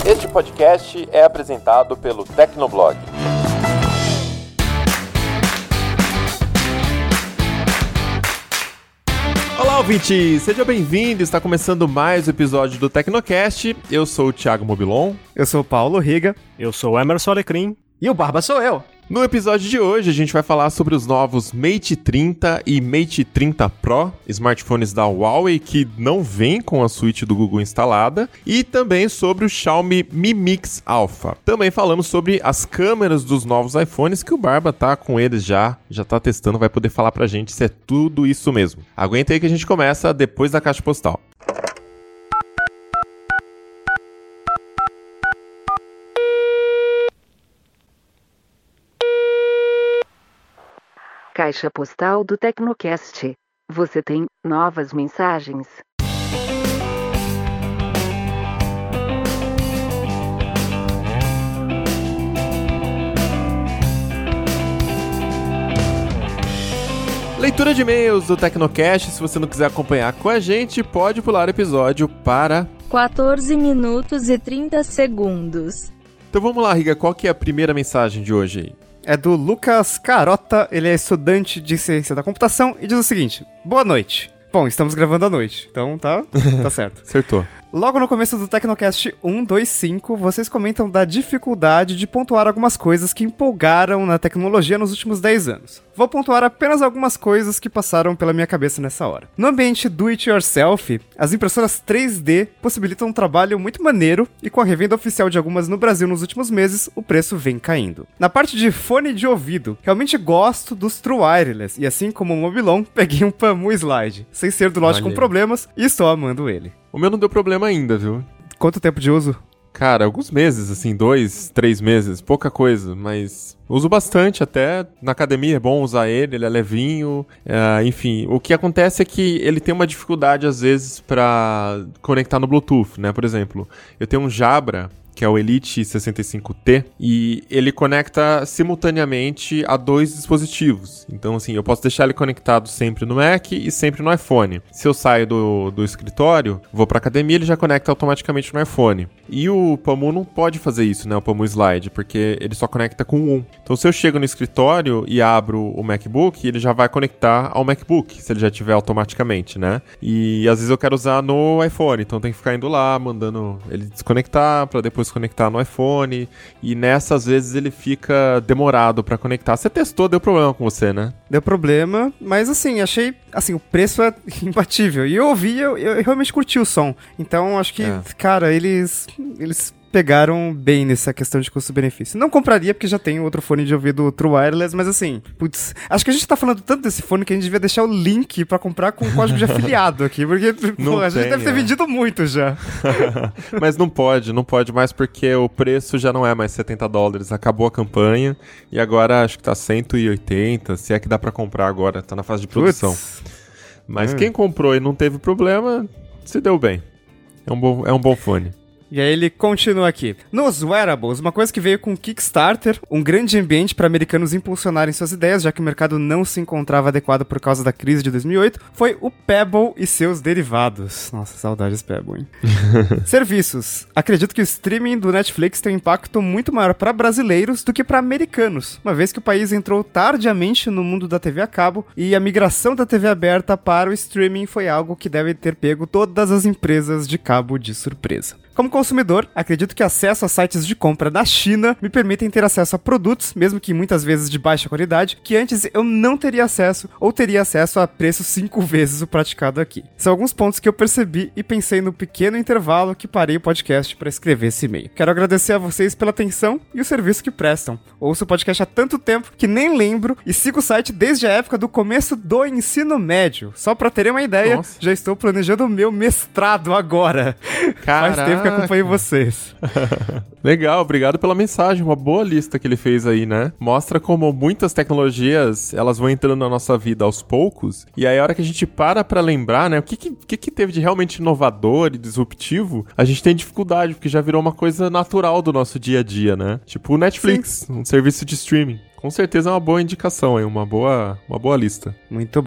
Este podcast é apresentado pelo Tecnoblog. Olá, ouvinte! Seja bem-vindo! Está começando mais um episódio do Tecnocast. Eu sou o Thiago Mobilon. Eu sou o Paulo Riga. Eu sou o Emerson Alecrim. E o Barba sou eu. No episódio de hoje, a gente vai falar sobre os novos Mate 30 e Mate 30 Pro, smartphones da Huawei que não vêm com a suíte do Google instalada, e também sobre o Xiaomi Mi Mix Alpha. Também falamos sobre as câmeras dos novos iPhones, que o Barba tá com eles já tá testando, vai poder falar pra gente se é tudo isso mesmo. Aguenta aí que a gente começa depois da caixa postal. Caixa postal do Tecnocast. Você tem novas mensagens? Leitura de e-mails do Tecnocast. Se você não quiser acompanhar com a gente, pode pular o episódio para 14 minutos e 30 segundos. Então vamos lá, Riga, qual que é a primeira mensagem de hoje aí? É do Lucas Carota, ele é estudante de ciência da computação e diz o seguinte: boa noite. Bom, estamos gravando à noite, então tá certo. Acertou. Logo no começo do Tecnocast 125, vocês comentam da dificuldade de pontuar algumas coisas que empolgaram na tecnologia nos últimos 10 anos. Vou pontuar apenas algumas coisas que passaram pela minha cabeça nessa hora. No ambiente do it yourself, as impressoras 3D possibilitam um trabalho muito maneiro e com a revenda oficial de algumas no Brasil nos últimos meses, o preço vem caindo. Na parte de fone de ouvido, realmente gosto dos True Wireless e assim como o Mobilon, peguei um Pamu Slide, sem ser do lote com problemas e estou amando ele. O meu não deu problema ainda, viu? Quanto tempo de uso? Cara, alguns meses, assim, 2, 3 meses, pouca coisa, mas uso bastante até. Na academia é bom usar ele é levinho, enfim. O que acontece é que ele tem uma dificuldade, às vezes, pra conectar no Bluetooth, né? Por exemplo, eu tenho um Jabra, que é o Elite 65T, e ele conecta simultaneamente a 2 dispositivos. Então, assim, eu posso deixar ele conectado sempre no Mac e sempre no iPhone. Se eu saio do escritório, vou pra academia, ele já conecta automaticamente no iPhone. E o Pamu não pode fazer isso, né, o Pamu Slide, porque ele só conecta com um. Então, se eu chego no escritório e abro o MacBook, ele já vai conectar ao MacBook, se ele já tiver automaticamente, né? E às vezes eu quero usar no iPhone, então tem que ficar indo lá, mandando ele desconectar pra depois conectar no iPhone, e nessas vezes ele fica demorado pra conectar. Você testou, deu problema com você, né? Deu problema, mas assim, achei, assim, o preço é imbatível, e eu ouvi, eu realmente curti o som, então acho que, cara, eles pegaram bem nessa questão de custo-benefício. Não compraria porque já tem outro fone de ouvido True Wireless, mas assim, putz, acho que a gente tá falando tanto desse fone que a gente devia deixar o link pra comprar com o código de afiliado aqui, porque a gente deve ter vendido muito já. Mas não pode mais porque o preço já não é mais $70, acabou a campanha e agora acho que tá 180, se é que dá pra comprar agora, tá na fase de produção. Mas quem comprou e não teve problema, se deu bem. É um bom fone. E aí ele continua aqui. Nos wearables, uma coisa que veio com o Kickstarter, um grande ambiente para americanos impulsionarem suas ideias, já que o mercado não se encontrava adequado por causa da crise de 2008, foi o Pebble e seus derivados. Nossa, saudades Pebble, hein? Serviços. Acredito que o streaming do Netflix tem um impacto muito maior para brasileiros do que para americanos, uma vez que o país entrou tardiamente no mundo da TV a cabo e a migração da TV aberta para o streaming foi algo que deve ter pego todas as empresas de cabo de surpresa. Como consumidor, acredito que acesso a sites de compra da China me permitem ter acesso a produtos, mesmo que muitas vezes de baixa qualidade, que antes eu não teria acesso ou teria acesso a preço 5 vezes o praticado aqui. São alguns pontos que eu percebi e pensei no pequeno intervalo que parei o podcast para escrever esse e-mail. Quero agradecer a vocês pela atenção e o serviço que prestam. Ouço o podcast há tanto tempo que nem lembro e sigo o site desde a época do começo do ensino médio. Só para terem uma ideia, já estou planejando o meu mestrado agora. Caraca. Faz tempo que acompanho vocês. Legal, obrigado pela mensagem, uma boa lista que ele fez aí, né? Mostra como muitas tecnologias, elas vão entrando na nossa vida aos poucos, e aí a hora que a gente para lembrar, né, o que teve de realmente inovador e disruptivo, a gente tem dificuldade, porque já virou uma coisa natural do nosso dia a dia, né? Tipo o Netflix, um serviço de streaming. Com certeza é uma boa indicação aí, uma boa lista. Muito bom.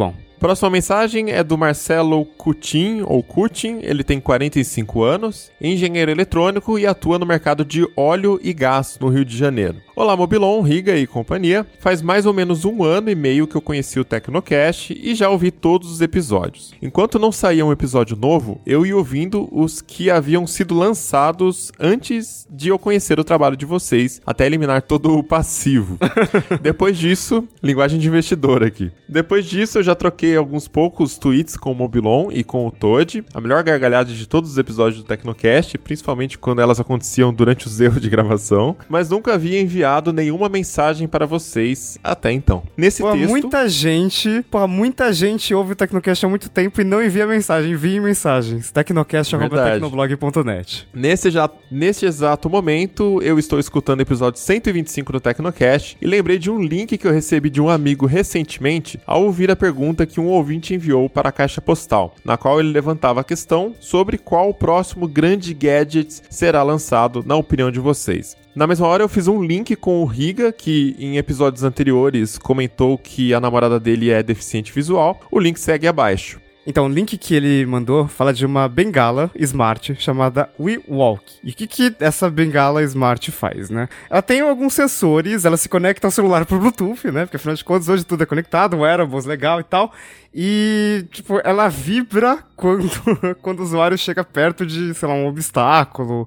Próxima mensagem é do Marcelo Coutin, ou Coutin, ele tem 45 anos, engenheiro eletrônico e atua no mercado de óleo e gás no Rio de Janeiro. Olá, Mobilon, Riga e companhia. Faz mais ou menos 1 ano e meio que eu conheci o Tecnocast e já ouvi todos os episódios. Enquanto não saía um episódio novo, eu ia ouvindo os que haviam sido lançados antes de eu conhecer o trabalho de vocês, até eliminar todo o passivo. Depois disso, linguagem de investidor aqui. Depois disso, eu já troquei alguns poucos tweets com o Mobilon e com o Todd, a melhor gargalhada de todos os episódios do Tecnocast, principalmente quando elas aconteciam durante os erros de gravação, mas nunca havia enviado nenhuma mensagem para vocês até então. Nesse texto... Muita gente ouve o Tecnocast há muito tempo e não envia mensagem. Envie mensagens. tecnocast@tecnoblog.net. Nesse exato momento, eu estou escutando o episódio 125 do Tecnocast e lembrei de um link que eu recebi de um amigo recentemente ao ouvir a pergunta que um ouvinte enviou para a caixa postal, na qual ele levantava a questão sobre qual o próximo grande gadget será lançado, na opinião de vocês. Na mesma hora eu fiz um link com o Riga, que em episódios anteriores comentou que a namorada dele é deficiente visual. O link segue abaixo. Então, o link que ele mandou fala de uma bengala smart chamada WeWalk. E o que essa bengala smart faz, né? Ela tem alguns sensores, ela se conecta ao celular por Bluetooth, né? Porque afinal de contas hoje tudo é conectado, wearables, legal e tal. E, tipo, ela vibra quando o usuário chega perto de, sei lá, um obstáculo,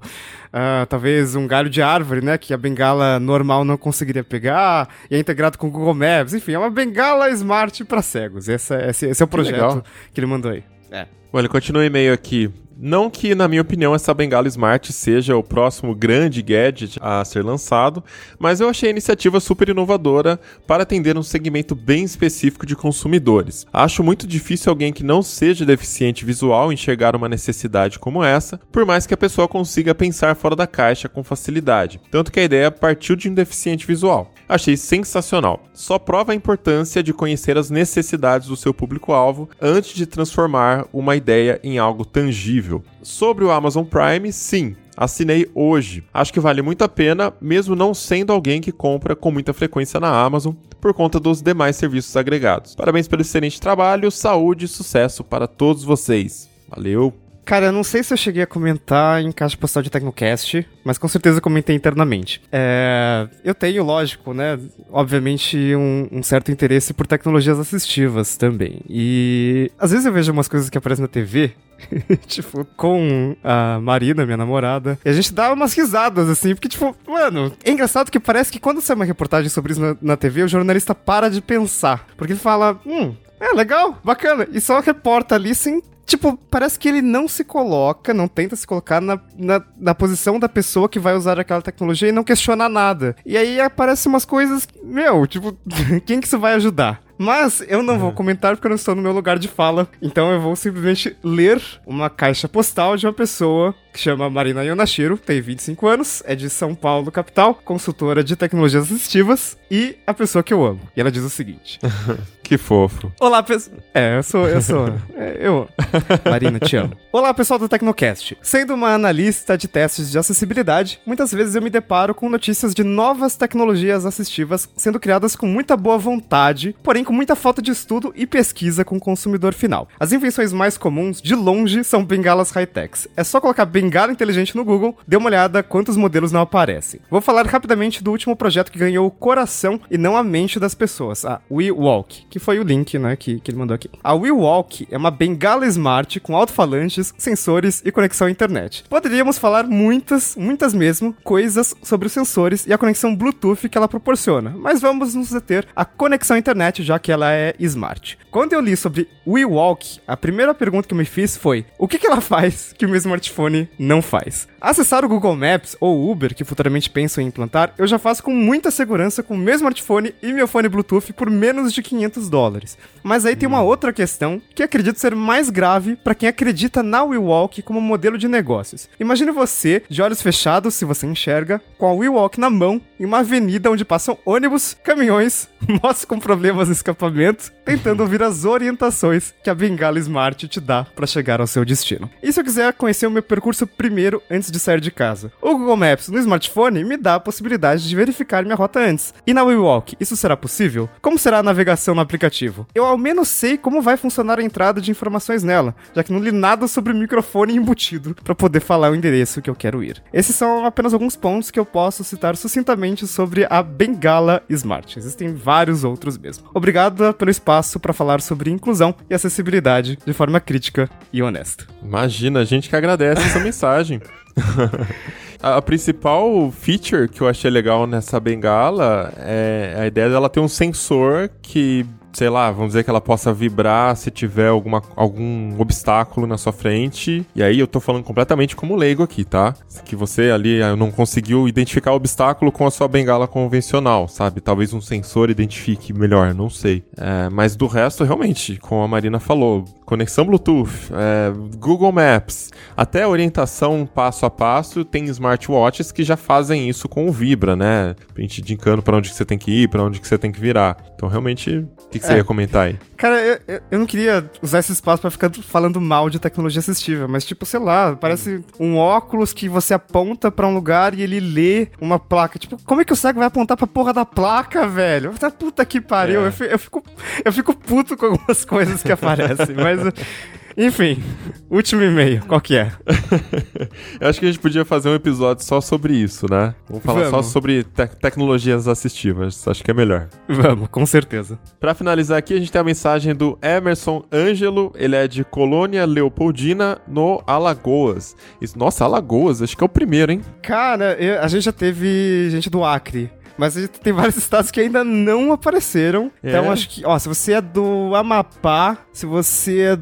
talvez um galho de árvore, né, que a bengala normal não conseguiria pegar, e é integrado com o Google Maps, enfim, é uma bengala smart para cegos. Esse é o projeto que ele mandou aí. Bom, ele continua o e-mail aqui. Não que, na minha opinião, essa bengala Smart seja o próximo grande gadget a ser lançado, mas eu achei a iniciativa super inovadora para atender um segmento bem específico de consumidores. Acho muito difícil alguém que não seja deficiente visual enxergar uma necessidade como essa, por mais que a pessoa consiga pensar fora da caixa com facilidade, tanto que a ideia partiu de um deficiente visual. Achei sensacional. Só prova a importância de conhecer as necessidades do seu público-alvo antes de transformar uma ideia em algo tangível. Sobre o Amazon Prime, sim, assinei hoje. Acho que vale muito a pena, mesmo não sendo alguém que compra com muita frequência na Amazon, por conta dos demais serviços agregados. Parabéns pelo excelente trabalho, saúde e sucesso para todos vocês. Valeu! Cara, eu não sei se eu cheguei a comentar em caixa postal de Tecnocast, mas com certeza eu comentei internamente. Eu tenho, lógico, né, obviamente um certo interesse por tecnologias assistivas também. E às vezes eu vejo umas coisas que aparecem na TV, tipo, com a Marina, minha namorada, e a gente dá umas risadas, assim, porque, tipo, mano, é engraçado que parece que quando sai uma reportagem sobre isso na TV, o jornalista para de pensar, porque ele fala, legal, bacana, e só reporta ali sem... Tipo, parece que ele não tenta se colocar na posição da pessoa que vai usar aquela tecnologia e não questiona nada. E aí aparecem umas coisas, tipo, quem que isso vai ajudar? Mas eu não vou comentar porque eu não estou no meu lugar de fala, então eu vou simplesmente ler uma caixa postal de uma pessoa que chama Marina Yonashiro, tem 25 anos, é de São Paulo, capital, consultora de tecnologias assistivas e a pessoa que eu amo. E ela diz o seguinte... Que fofo. Olá, pessoal... eu amo. Marina, te amo. Olá, pessoal do Tecnocast. Sendo uma analista de testes de acessibilidade, muitas vezes eu me deparo com notícias de novas tecnologias assistivas sendo criadas com muita boa vontade, porém com muita falta de estudo e pesquisa com o consumidor final. As invenções mais comuns, de longe, são bengalas high-techs. É só colocar bengala inteligente no Google, dê uma olhada quantos modelos não aparecem. Vou falar rapidamente do último projeto que ganhou o coração e não a mente das pessoas, a WeWalk, que foi o link, né, que ele mandou aqui. A WeWalk é uma bengala smart com alto-falantes, sensores e conexão à internet. Poderíamos falar muitas mesmo, coisas sobre os sensores e a conexão Bluetooth que ela proporciona, mas vamos nos deter à conexão à internet, já que ela é smart. Quando eu li sobre WeWalk, a primeira pergunta que eu me fiz foi: o que ela faz que o meu smartphone não faz? Acessar o Google Maps ou Uber, que futuramente penso em implantar, eu já faço com muita segurança com o meu smartphone e meu fone Bluetooth por menos de $500. Mas aí tem uma outra questão que acredito ser mais grave para quem acredita na WeWalk como modelo de negócios. Imagine você, de olhos fechados, se você enxerga, com a WeWalk na mão, em uma avenida onde passam ônibus, caminhões, motos com problemas no escapamento, tentando ouvir as orientações que a bengala Smart te dá para chegar ao seu destino. E se eu quiser conhecer o meu percurso primeiro, antes de sair de casa. O Google Maps no smartphone me dá a possibilidade de verificar minha rota antes. E na WeWalk, isso será possível? Como será a navegação no aplicativo? Eu ao menos sei como vai funcionar a entrada de informações nela, já que não li nada sobre o microfone embutido para poder falar o endereço que eu quero ir. Esses são apenas alguns pontos que eu posso citar sucintamente sobre a Bengala Smart. Existem vários outros mesmo. Obrigado pelo espaço para falar sobre inclusão e acessibilidade de forma crítica e honesta. Imagina, a gente que agradece essa mensagem. A principal feature que eu achei legal nessa bengala é a ideia dela ter um sensor que, sei lá, vamos dizer que ela possa vibrar se tiver algum obstáculo na sua frente. E aí eu tô falando completamente como leigo aqui, tá? Que você ali não conseguiu identificar o obstáculo com a sua bengala convencional, sabe? Talvez um sensor identifique melhor, não sei. Mas do resto, realmente, como a Marina falou, conexão Bluetooth, Google Maps, até orientação passo a passo, tem smartwatches que já fazem isso com o Vibra, né? A gente indicando pra onde que você tem que ir, pra onde que você tem que virar. Então, realmente, o que você ia comentar aí? Cara, eu não queria usar esse espaço pra ficar falando mal de tecnologia assistiva, mas tipo, sei lá, parece um óculos que você aponta pra um lugar e ele lê uma placa. Tipo, como é que o cego vai apontar pra porra da placa, velho? Puta que pariu. Eu fico puto com algumas coisas que aparecem, mas... Enfim, último e-mail, qual que é? Eu acho que a gente podia fazer um episódio só sobre isso, né? Vamos falar só sobre tecnologias assistivas, acho que é melhor. Vamos, com certeza. Pra finalizar aqui, a gente tem a mensagem do Emerson Ângelo, ele é de Colônia Leopoldina, no Alagoas. Nossa, Alagoas, acho que é o primeiro, hein? Cara, a gente já teve gente do Acre. Mas a gente tem vários estados que ainda não apareceram. Então acho que, se você é do Amapá, se você é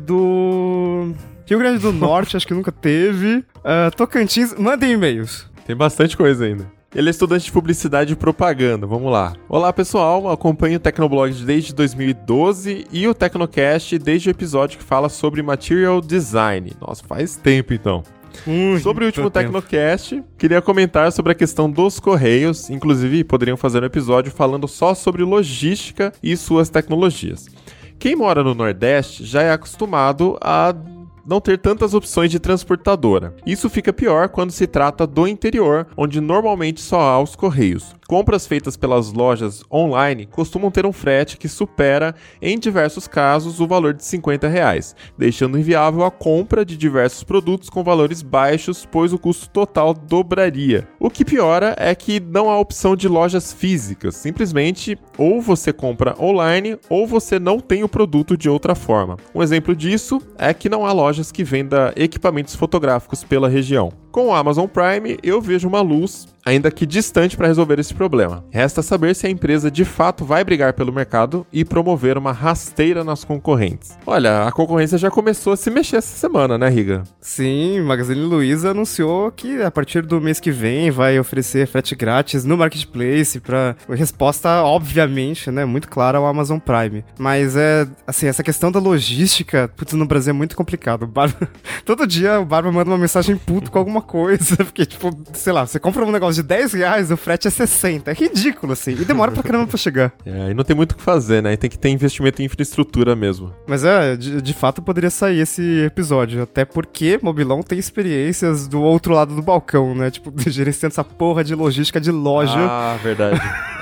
do Rio Grande do Norte, acho que nunca teve. Tocantins, mandem e-mails. Tem bastante coisa ainda. Ele é estudante de publicidade e propaganda, vamos lá. Olá pessoal, acompanho o Tecnoblog desde 2012 e o Tecnocast desde o episódio que fala sobre Material Design. Nossa, faz tempo então. Sobre o último Tecnocast, queria comentar sobre a questão dos Correios, inclusive poderiam fazer um episódio falando só sobre logística e suas tecnologias. Quem mora no Nordeste já é acostumado a não ter tantas opções de transportadora. Isso fica pior quando se trata do interior, onde normalmente só há os Correios. Compras feitas pelas lojas online costumam ter um frete que supera, em diversos casos, o valor de R$50, deixando inviável a compra de diversos produtos com valores baixos, pois o custo total dobraria. O que piora é que não há opção de lojas físicas, simplesmente ou você compra online ou você não tem o produto de outra forma. Um exemplo disso é que não há lojas que vendam equipamentos fotográficos pela região. Com o Amazon Prime, eu vejo uma luz, ainda que distante, para resolver esse problema. Resta saber se a empresa de fato vai brigar pelo mercado e promover uma rasteira nas concorrentes. Olha, a concorrência já começou a se mexer essa semana, né, Riga? Sim, Magazine Luiza anunciou que a partir do mês que vem vai oferecer frete grátis no Marketplace para resposta, obviamente, né, muito clara ao Amazon Prime. Mas assim, essa questão da logística, no Brasil é muito complicado. Todo dia o Barba manda uma mensagem puto com alguma coisa, porque, tipo, sei lá, você compra um negócio de R$10, o frete é 60. É ridículo, assim, e demora pra caramba pra chegar. E não tem muito o que fazer, né? E tem que ter investimento em infraestrutura mesmo. Mas de fato poderia sair esse episódio, até porque Mobilon tem experiências do outro lado do balcão, né? Tipo, gerenciando essa porra de logística de loja. Ah, verdade.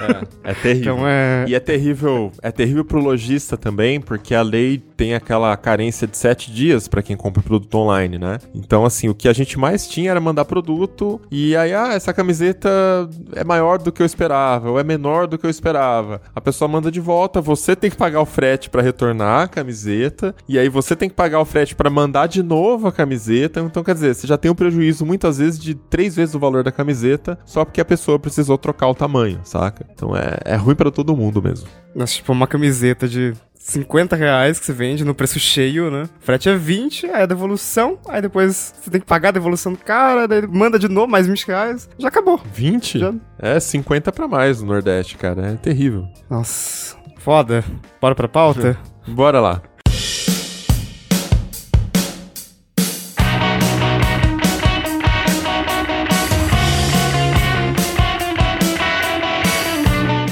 É terrível. Então E é terrível pro lojista também, porque a lei tem aquela carência de 7 dias pra quem compra produto online, né? Então, assim, o que a gente mais tinha era mandar produto e aí, essa camiseta é maior do que eu esperava, ou é menor do que eu esperava. A pessoa manda de volta, você tem que pagar o frete pra retornar a camiseta, e aí você tem que pagar o frete pra mandar de novo a camiseta. Então, quer dizer, você já tem um prejuízo muitas vezes de 3 vezes o valor da camiseta, só porque a pessoa precisou trocar o tamanho, saca? Então é ruim pra todo mundo mesmo. Nossa, tipo, uma camiseta de R$50 que você vende no preço cheio, né? Frete é 20, aí a devolução, aí depois você tem que pagar a devolução do cara, daí manda de novo mais R$20, já acabou. 20? Já... 50 pra mais no Nordeste, cara, é terrível. Nossa, foda. Bora pra pauta? Bora lá.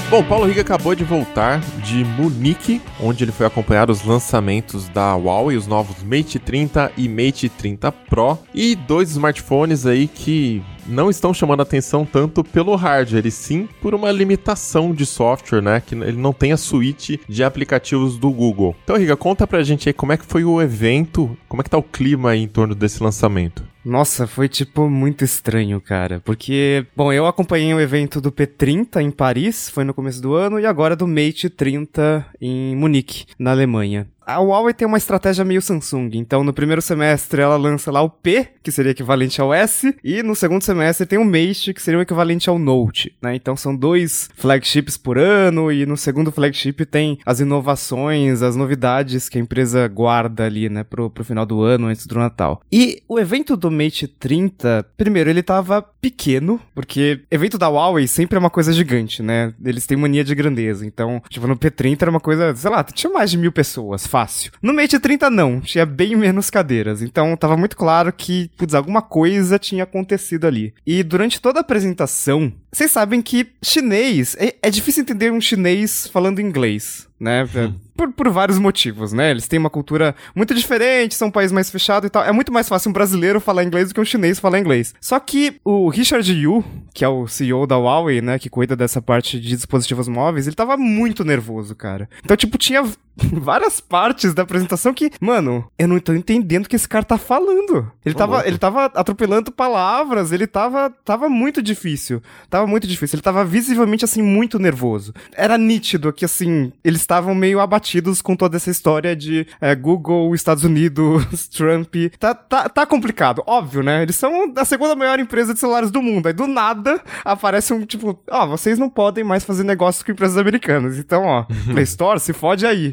Bom, Paulo Riga acabou de voltar de Munique, onde ele foi acompanhar os lançamentos da Huawei, os novos Mate 30 e Mate 30 Pro, e 2 smartphones aí que não estão chamando a atenção tanto pelo hardware, e sim por uma limitação de software, né, que ele não tem a suíte de aplicativos do Google. Então, Riga, conta pra gente aí como é que foi o evento, como é que tá o clima aí em torno desse lançamento. Nossa, foi muito estranho, cara, porque, bom, eu acompanhei o evento do P30 em Paris, foi no começo do ano, e agora do Mate 30 em Munique, na Alemanha. A Huawei tem uma estratégia meio Samsung, então no primeiro semestre ela lança lá o P, que seria equivalente ao S, e no segundo semestre tem o Mate, que seria o equivalente ao Note, né? Então são 2 flagships por ano, e no segundo flagship tem as inovações, as novidades que a empresa guarda ali, né, pro final do ano, antes do Natal. E o evento do Mate 30, primeiro, ele tava pequeno, porque evento da Huawei sempre é uma coisa gigante, né? Eles têm mania de grandeza, então, tipo, no P30 era uma coisa, sei lá, tinha mais de 1000 pessoas, fácil. No Mate 30 não, tinha bem menos cadeiras, então tava muito claro que, putz, alguma coisa tinha acontecido ali. E durante toda a apresentação, vocês sabem que chinês, é difícil entender um chinês falando inglês, né? Por vários motivos, né? Eles têm uma cultura muito diferente, são um país mais fechado e tal. É muito mais fácil um brasileiro falar inglês do que um chinês falar inglês. Só que o Richard Yu, que é o CEO da Huawei, né, que cuida dessa parte de dispositivos móveis, ele tava muito nervoso, cara. Então, tipo, tinha várias partes da apresentação que, mano, eu não tô entendendo o que esse cara tá falando. Ele tava atropelando palavras, ele tava muito difícil. Tava muito difícil. Ele tava visivelmente, assim, muito nervoso. Era nítido que, assim, eles estavam meio abatidos com toda essa história de Google, Estados Unidos, Trump. Tá complicado, óbvio, né? Eles são a segunda maior empresa de celulares do mundo. Aí do nada aparece um tipo, vocês não podem mais fazer negócios com empresas americanas. Então, Play Store, se fode aí.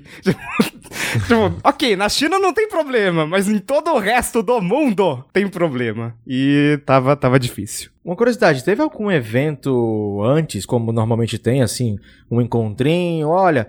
Tipo, ok, na China não tem problema, mas em todo o resto do mundo tem problema. E tava difícil. Uma curiosidade, teve algum evento antes, como normalmente tem, assim, um encontrinho, olha,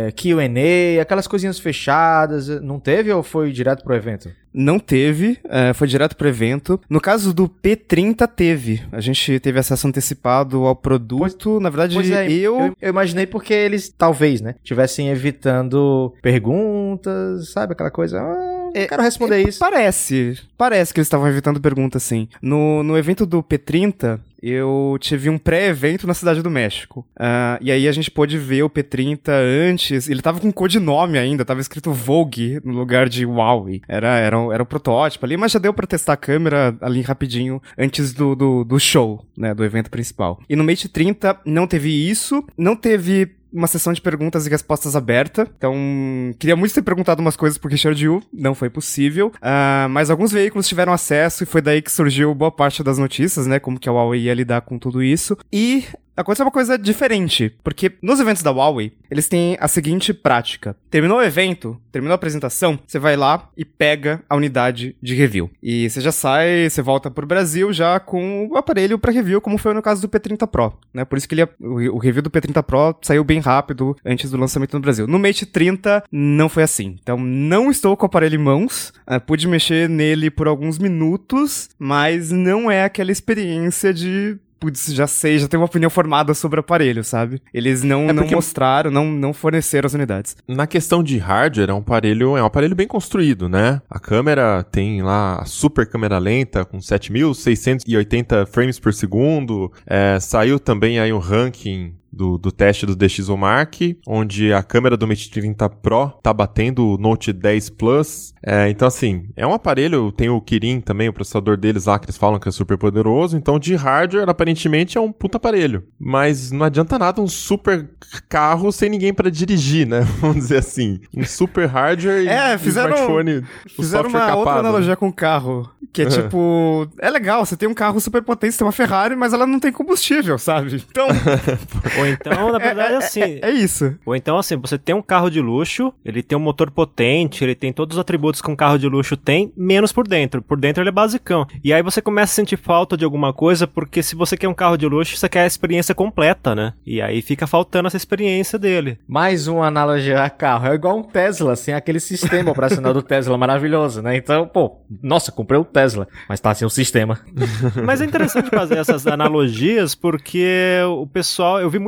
Q&A, aquelas coisinhas fechadas, não teve ou foi direto pro evento? Não teve, foi direto pro evento. No caso do P30 teve, a gente teve acesso antecipado ao produto, na verdade eu imaginei porque eles, talvez, né, estivessem evitando perguntas, sabe, aquela coisa... quero responder isso. Parece que eles estavam evitando perguntas, sim. No evento do P30, eu tive um pré-evento na Cidade do México. E aí a gente pôde ver o P30 antes. Ele tava com codinome ainda, tava escrito Vogue no lugar de Huawei. Era o protótipo ali, mas já deu pra testar a câmera ali rapidinho antes do show, né, do evento principal. E no Mate 30 não teve isso, não teve uma sessão de perguntas e respostas aberta. Então, queria muito ter perguntado umas coisas pro Richard Yu, não foi possível. Mas alguns veículos tiveram acesso e foi daí que surgiu boa parte das notícias, né? Como que a Huawei ia lidar com tudo isso. E aconteceu uma coisa diferente, porque nos eventos da Huawei, eles têm a seguinte prática. Terminou o evento, terminou a apresentação, você vai lá e pega a unidade de review. E você já sai, você volta pro Brasil já com o aparelho para review, como foi no caso do P30 Pro, né? Por isso que o review do P30 Pro saiu bem rápido antes do lançamento no Brasil. No Mate 30, não foi assim. Então, não estou com o aparelho em mãos, pude mexer nele por alguns minutos, mas não é aquela experiência de... Putz, já tenho uma opinião formada sobre o aparelho, sabe? Eles não mostraram, não forneceram as unidades. Na questão de hardware, é um aparelho bem construído, né? A câmera tem lá a super câmera lenta com 7.680 frames por segundo. Saiu também aí um ranking do teste do DxOMark, onde a câmera do Mate 30 Pro tá batendo o Note 10 Plus. Então, assim, é um aparelho, tem o Kirin também, o processador deles lá, que eles falam que é super poderoso. Então, de hardware, aparentemente, é um puta aparelho. Mas não adianta nada um super carro sem ninguém pra dirigir, né? Vamos dizer assim. Um super hardware e smartphone, fizeram uma capado, outra analogia com o carro, que é tipo... É legal, você tem um carro super potente, você tem uma Ferrari, mas ela não tem combustível, sabe? Então... Ou então, na verdade, assim... É isso. Ou então, assim, você tem um carro de luxo, ele tem um motor potente, ele tem todos os atributos que um carro de luxo tem, menos por dentro. Por dentro ele é basicão. E aí você começa a sentir falta de alguma coisa, porque se você quer um carro de luxo, você quer a experiência completa, né? E aí fica faltando essa experiência dele. Mais uma analogia a carro. É igual um Tesla, assim, aquele sistema operacional do Tesla maravilhoso, né? Então, nossa, comprei o Tesla, mas tá sem o sistema. Mas é interessante fazer essas analogias, porque o pessoal... Eu vi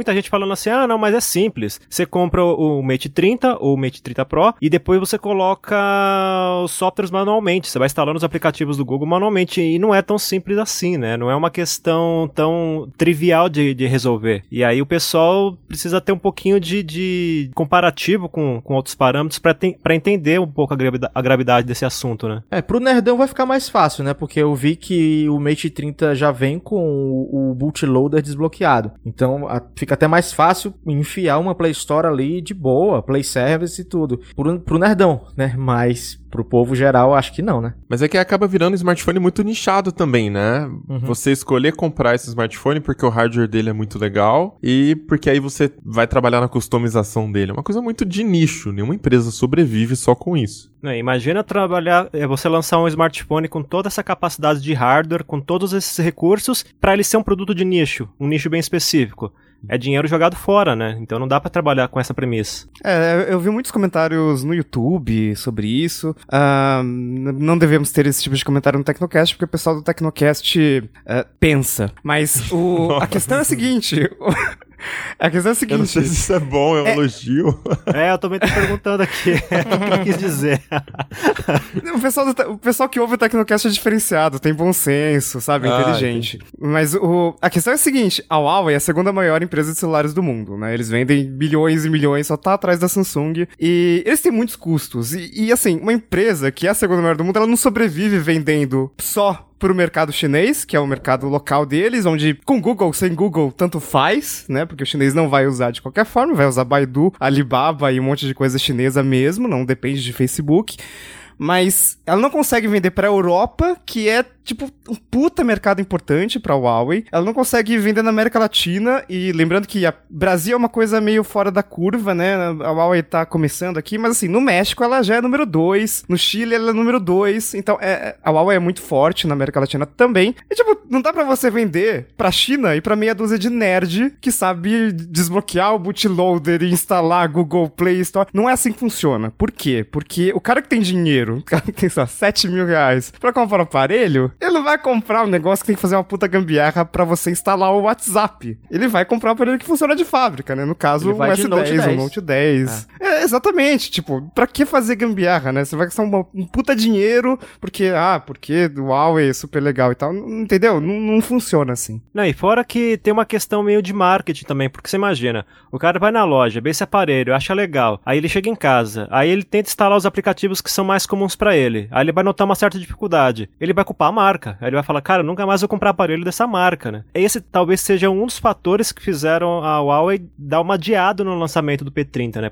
muita gente falando assim, não, mas é simples. Você compra o Mate 30 ou o Mate 30 Pro e depois você coloca os softwares manualmente. Você vai instalando os aplicativos do Google manualmente e não é tão simples assim, né? Não é uma questão tão trivial de resolver. E aí o pessoal precisa ter um pouquinho de comparativo com outros parâmetros pra entender um pouco a gravidade desse assunto, né? Pro nerdão vai ficar mais fácil, né? Porque eu vi que o Mate 30 já vem com o bootloader desbloqueado. Então fica até mais fácil enfiar uma Play Store ali de boa, Play Service e tudo. Pro nerdão, né? Mas pro povo geral, acho que não, né? Mas é que acaba virando um smartphone muito nichado também, né? Você escolher comprar esse smartphone porque o hardware dele é muito legal e porque aí você vai trabalhar na customização dele. É uma coisa muito de nicho, nenhuma empresa sobrevive só com isso. Imagina você lançar um smartphone com toda essa capacidade de hardware, com todos esses recursos, para ele ser um produto de nicho, um nicho bem específico. É dinheiro jogado fora, né? Então não dá pra trabalhar com essa premissa. Eu vi muitos comentários no YouTube sobre isso. Não devemos ter esse tipo de comentário no Tecnocast, porque o pessoal do Tecnocast pensa. Mas a questão é a seguinte... A questão é a seguinte... Eu não sei se isso é bom, é um elogio. Eu também tô perguntando aqui o que eu quis dizer. O pessoal que ouve o Tecnocast é diferenciado, tem bom senso, sabe? Inteligente. Entendi. Mas a questão é a seguinte, a Huawei é a segunda maior empresa de celulares do mundo, né? Eles vendem bilhões e milhões, só tá atrás da Samsung, e eles têm muitos custos. E assim, uma empresa que é a segunda maior do mundo, ela não sobrevive vendendo só pro mercado chinês, que é o mercado local deles, onde com Google, sem Google, tanto faz, né? Porque o chinês não vai usar de qualquer forma, vai usar Baidu, Alibaba e um monte de coisa chinesa mesmo, não depende de Facebook. Mas ela não consegue vender pra Europa, que é, tipo, um puta mercado importante pra Huawei. Ela não consegue vender na América Latina, e lembrando que o Brasil é uma coisa meio fora da curva, né? A Huawei tá começando aqui, mas assim, no México ela já é número 2, no Chile ela é número 2, então a Huawei é muito forte na América Latina também. E tipo, não dá pra você vender pra China e pra meia dúzia de nerd que sabe desbloquear o bootloader e instalar Google Play Store. Não é assim que funciona. Por quê? Porque o cara que tem dinheiro, o cara que tem só 7 mil reais pra comprar um aparelho, ele não vai comprar um negócio que tem que fazer uma puta gambiarra pra você instalar o WhatsApp. Ele vai comprar um aparelho que funciona de fábrica, né? No caso, um S10, um Note 10. Exatamente. Tipo, pra que fazer gambiarra, né? Você vai gastar um puta dinheiro porque o Huawei é super legal e tal. Entendeu? Não funciona assim. Não, e fora que tem uma questão meio de marketing também, porque você imagina, o cara vai na loja, vê esse aparelho, acha legal, aí ele chega em casa, aí ele tenta instalar os aplicativos que são mais comuns pra ele, aí ele vai notar uma certa dificuldade, ele vai culpar a marca, aí ele vai falar, cara, nunca mais vou comprar aparelho dessa marca, né? Esse talvez seja um dos fatores que fizeram a Huawei dar uma adiada no lançamento do P30, né?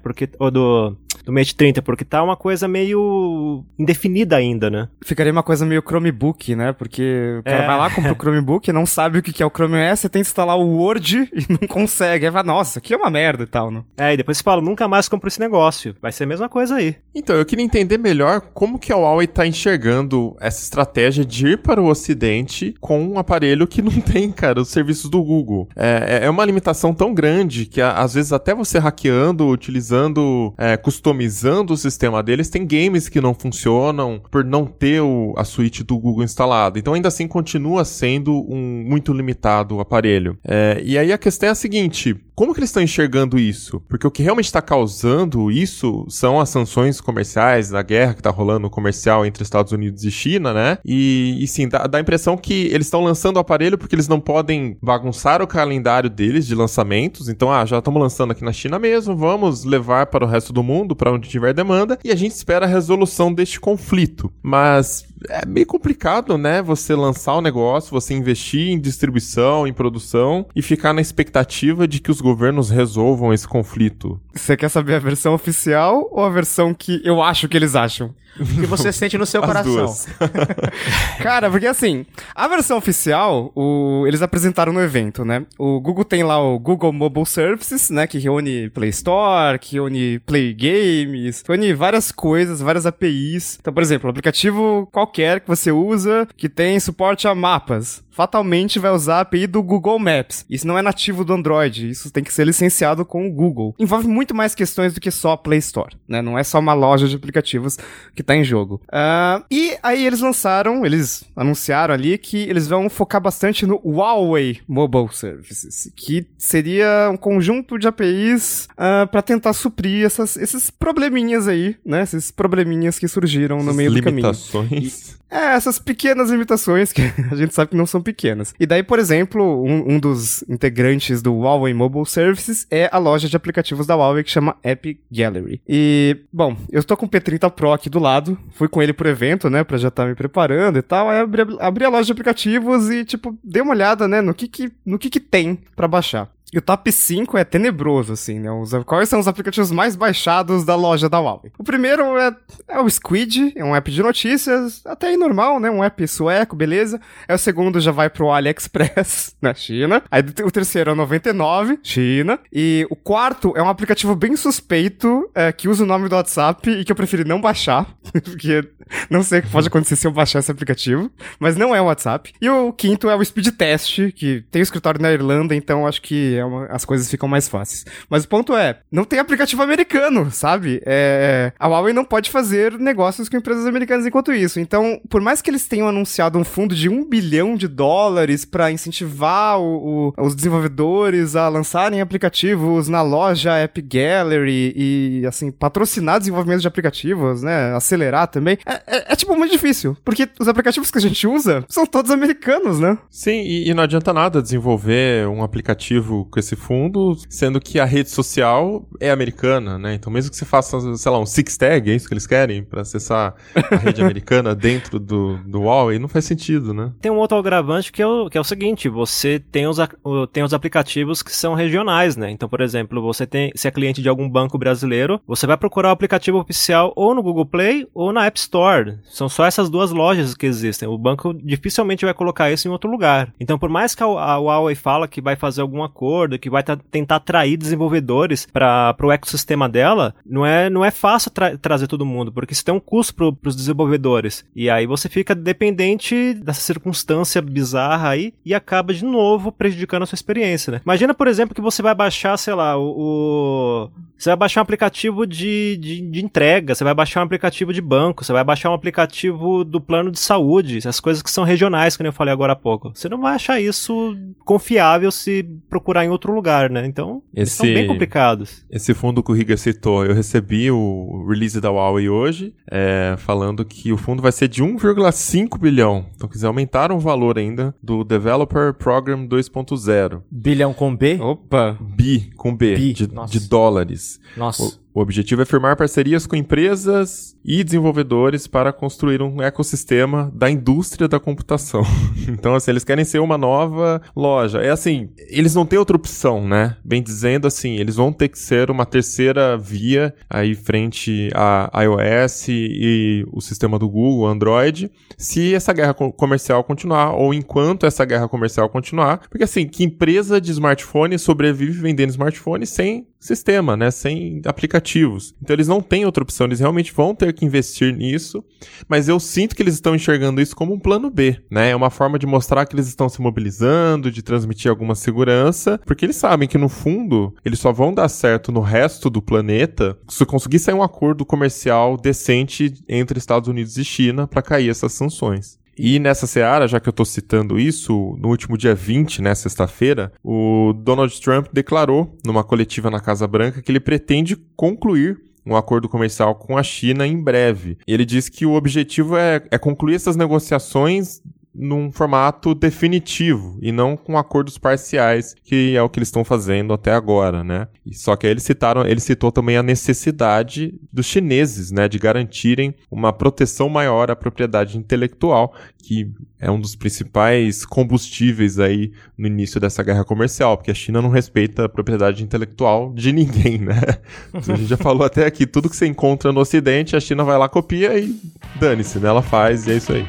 Do Mate 30, porque tá uma coisa meio indefinida ainda, né? Ficaria uma coisa meio Chromebook, né? Porque o cara vai lá, compra o Chromebook, não sabe o que é o Chrome OS, você tenta instalar o Word e não consegue. Aí vai, nossa, aqui é uma merda e tal, né? E depois você fala, nunca mais compro esse negócio. Vai ser a mesma coisa aí. Então, eu queria entender melhor como que a Huawei tá enxergando essa estratégia de ir para o Ocidente com um aparelho que não tem, cara, os serviços do Google. É uma limitação tão grande que, às vezes, até você hackeando, utilizando, customizando o sistema deles, tem games que não funcionam por não ter a suíte do Google instalada. Então, ainda assim, continua sendo muito limitado o aparelho. E aí a questão é a seguinte, como que eles estão enxergando isso? Porque o que realmente está causando isso são as sanções comerciais, da guerra que está rolando comercial entre Estados Unidos e China, né? E sim, dá a impressão que eles estão lançando o aparelho porque eles não podem bagunçar o calendário deles de lançamentos. Então, já estamos lançando aqui na China mesmo, vamos levar para o resto do mundo, para onde tiver demanda, e a gente espera a resolução deste conflito. Mas é meio complicado, né? Você lançar o negócio, você investir em distribuição, em produção e ficar na expectativa de que os governos resolvam esse conflito. Você quer saber a versão oficial ou a versão que eu acho que eles acham? O que você sente no seu coração. Duas. Cara, porque assim, a versão oficial, eles apresentaram no evento, né? O Google tem lá o Google Mobile Services, né? Que reúne Play Store, que reúne Play Games, reúne várias coisas, várias APIs. Então, por exemplo, um aplicativo qualquer que você usa, que tem suporte a mapas. fatalmente vai usar a API do Google Maps. Isso não é nativo do Android, isso tem que ser licenciado com o Google. Envolve muito mais questões do que só a Play Store, né? Não é só uma loja de aplicativos que tá em jogo. E aí eles anunciaram ali que eles vão focar bastante no Huawei Mobile Services, que seria um conjunto de APIs para tentar suprir esses probleminhas aí, né? Esses probleminhas que surgiram no meio do caminho. Limitações. Essas pequenas limitações que a gente sabe que não são pequenas. E daí, por exemplo, um dos integrantes do Huawei Mobile Services é a loja de aplicativos da Huawei que chama App Gallery. E, bom, eu estou com o P30 Pro aqui do lado, fui com ele pro evento, né, pra já estar me preparando e tal, aí abri a loja de aplicativos e, tipo, dei uma olhada, né, no que tem pra baixar. E o top 5 é tenebroso, assim, né? Quais são os aplicativos mais baixados da loja da Huawei? O primeiro é o Squid, é um app de notícias, até aí normal, né? Um app sueco, beleza. Aí o segundo já vai pro AliExpress, na China. Aí o terceiro é o 99, China. E o quarto é um aplicativo bem suspeito, que usa o nome do WhatsApp e que eu preferi não baixar, porque não sei o que pode acontecer se eu baixar esse aplicativo, mas não é o WhatsApp. E o quinto é o Speed Test, que tem o escritório na Irlanda, então acho que as coisas ficam mais fáceis. Mas o ponto é, não tem aplicativo americano, sabe? A Huawei não pode fazer negócios com empresas americanas enquanto isso. Então, por mais que eles tenham anunciado um fundo de $1 bilhão para incentivar os desenvolvedores a lançarem aplicativos na loja App Gallery e, assim, patrocinar desenvolvimento de aplicativos, né? Acelerar também. É tipo muito difícil, porque os aplicativos que a gente usa são todos americanos, né? Sim, e não adianta nada desenvolver um aplicativo com esse fundo, sendo que a rede social é americana, né? Então mesmo que você faça, sei lá, um six tag, é isso que eles querem, pra acessar a rede americana dentro do Huawei, não faz sentido, né? Tem um outro agravante que é o seguinte, você tem os aplicativos que são regionais, né? Então, por exemplo, se é cliente de algum banco brasileiro, você vai procurar o aplicativo oficial ou no Google Play ou na App Store. São só essas duas lojas que existem. O banco dificilmente vai colocar isso em outro lugar. Então, por mais que a Huawei fala que vai fazer algum acordo, que vai tentar atrair desenvolvedores para o ecossistema dela, não é fácil trazer todo mundo, porque isso tem um custo para os desenvolvedores. E aí você fica dependente dessa circunstância bizarra aí e acaba de novo prejudicando a sua experiência, né? Imagina, por exemplo, que você vai baixar, sei lá, você vai baixar um aplicativo de entrega, você vai baixar um aplicativo de banco, você vai baixar um aplicativo do plano de saúde, as coisas que são regionais, que eu falei agora há pouco. Você não vai achar isso confiável se procurar em outro lugar, né? Então, eles são bem complicados. Esse fundo que o Riga citou, eu recebi o release da Huawei hoje, falando que o fundo vai ser de 1,5 bilhão. Então, quiser aumentar o valor ainda do Developer Program 2.0. Bilhão com B? Opa! Bi, com B, de dólares. Nossa. O objetivo é firmar parcerias com empresas e desenvolvedores para construir um ecossistema da indústria da computação. Então, assim, eles querem ser uma nova loja. É assim, eles não têm outra opção, né? Bem dizendo, assim, eles vão ter que ser uma terceira via aí frente a iOS e o sistema do Google, Android, se essa guerra comercial continuar, ou enquanto essa guerra comercial continuar. Porque, assim, que empresa de smartphone sobrevive vendendo smartphone sem sistema, né? Sem aplicativos. Então eles não têm outra opção, eles realmente vão ter que investir nisso, mas eu sinto que eles estão enxergando isso como um plano B, né? É uma forma de mostrar que eles estão se mobilizando, de transmitir alguma segurança, porque eles sabem que no fundo eles só vão dar certo no resto do planeta se conseguir sair um acordo comercial decente entre Estados Unidos e China para cair essas sanções. E nessa seara, já que eu estou citando isso, no último dia 20, né, sexta-feira, o Donald Trump declarou numa coletiva na Casa Branca que ele pretende concluir um acordo comercial com a China em breve. Ele disse que o objetivo é concluir essas negociações num formato definitivo e não com acordos parciais, que é o que eles estão fazendo até agora, né? Só que aí ele citou também a necessidade dos chineses, né, de garantirem uma proteção maior à propriedade intelectual, que é um dos principais combustíveis aí no início dessa guerra comercial, porque a China não respeita a propriedade intelectual de ninguém, né? A gente já falou até aqui, tudo que você encontra no Ocidente, a China vai lá, copia e dane-se, né? Ela faz e é isso aí.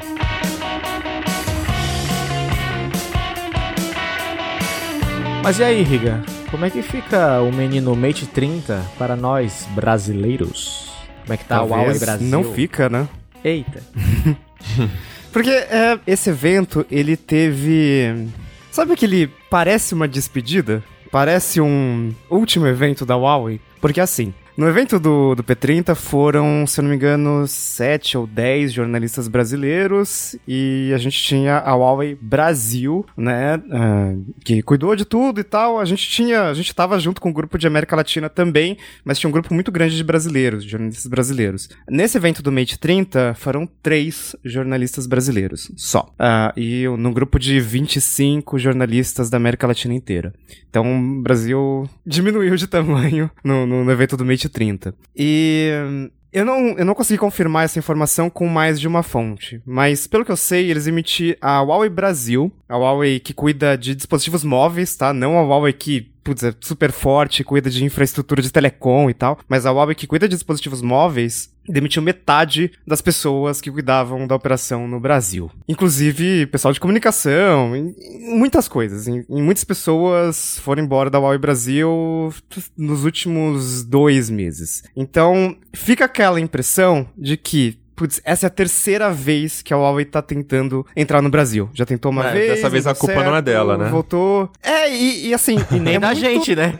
Mas e aí, Riga? Como é que fica o menino Mate 30 para nós brasileiros? Como é que tá Talvez o Huawei Brasil? Não fica, né? Eita. Porque esse evento, ele teve... Sabe aquele parece uma despedida? Parece um último evento da Huawei? Porque assim, no evento do P30 foram, se eu não me engano, 7 ou 10 jornalistas brasileiros e a gente tinha a Huawei Brasil, né, que cuidou de tudo e tal. A gente tava junto com um grupo de América Latina também, mas tinha um grupo muito grande de brasileiros, de jornalistas brasileiros. Nesse evento do Mate 30 foram 3 jornalistas brasileiros só. E num grupo de 25 jornalistas da América Latina inteira. Então o Brasil diminuiu de tamanho no evento do Mate 30. E eu não consegui confirmar essa informação com mais de uma fonte, mas pelo que eu sei, eles emitiram a Huawei Brasil, a Huawei que cuida de dispositivos móveis, tá? Não a Huawei que, putz, é super forte, cuida de infraestrutura de telecom e tal, mas a Huawei que cuida de dispositivos móveis demitiu metade das pessoas que cuidavam da operação no Brasil. Inclusive, pessoal de comunicação, muitas coisas. Muitas pessoas foram embora da Huawei Brasil nos últimos 2 meses. Então, fica aquela impressão de que putz, essa é a terceira vez que a Huawei tá tentando entrar no Brasil. Já tentou uma vez. Dessa vez a culpa certo, não é dela, né? Voltou. E assim. E nem da gente, né?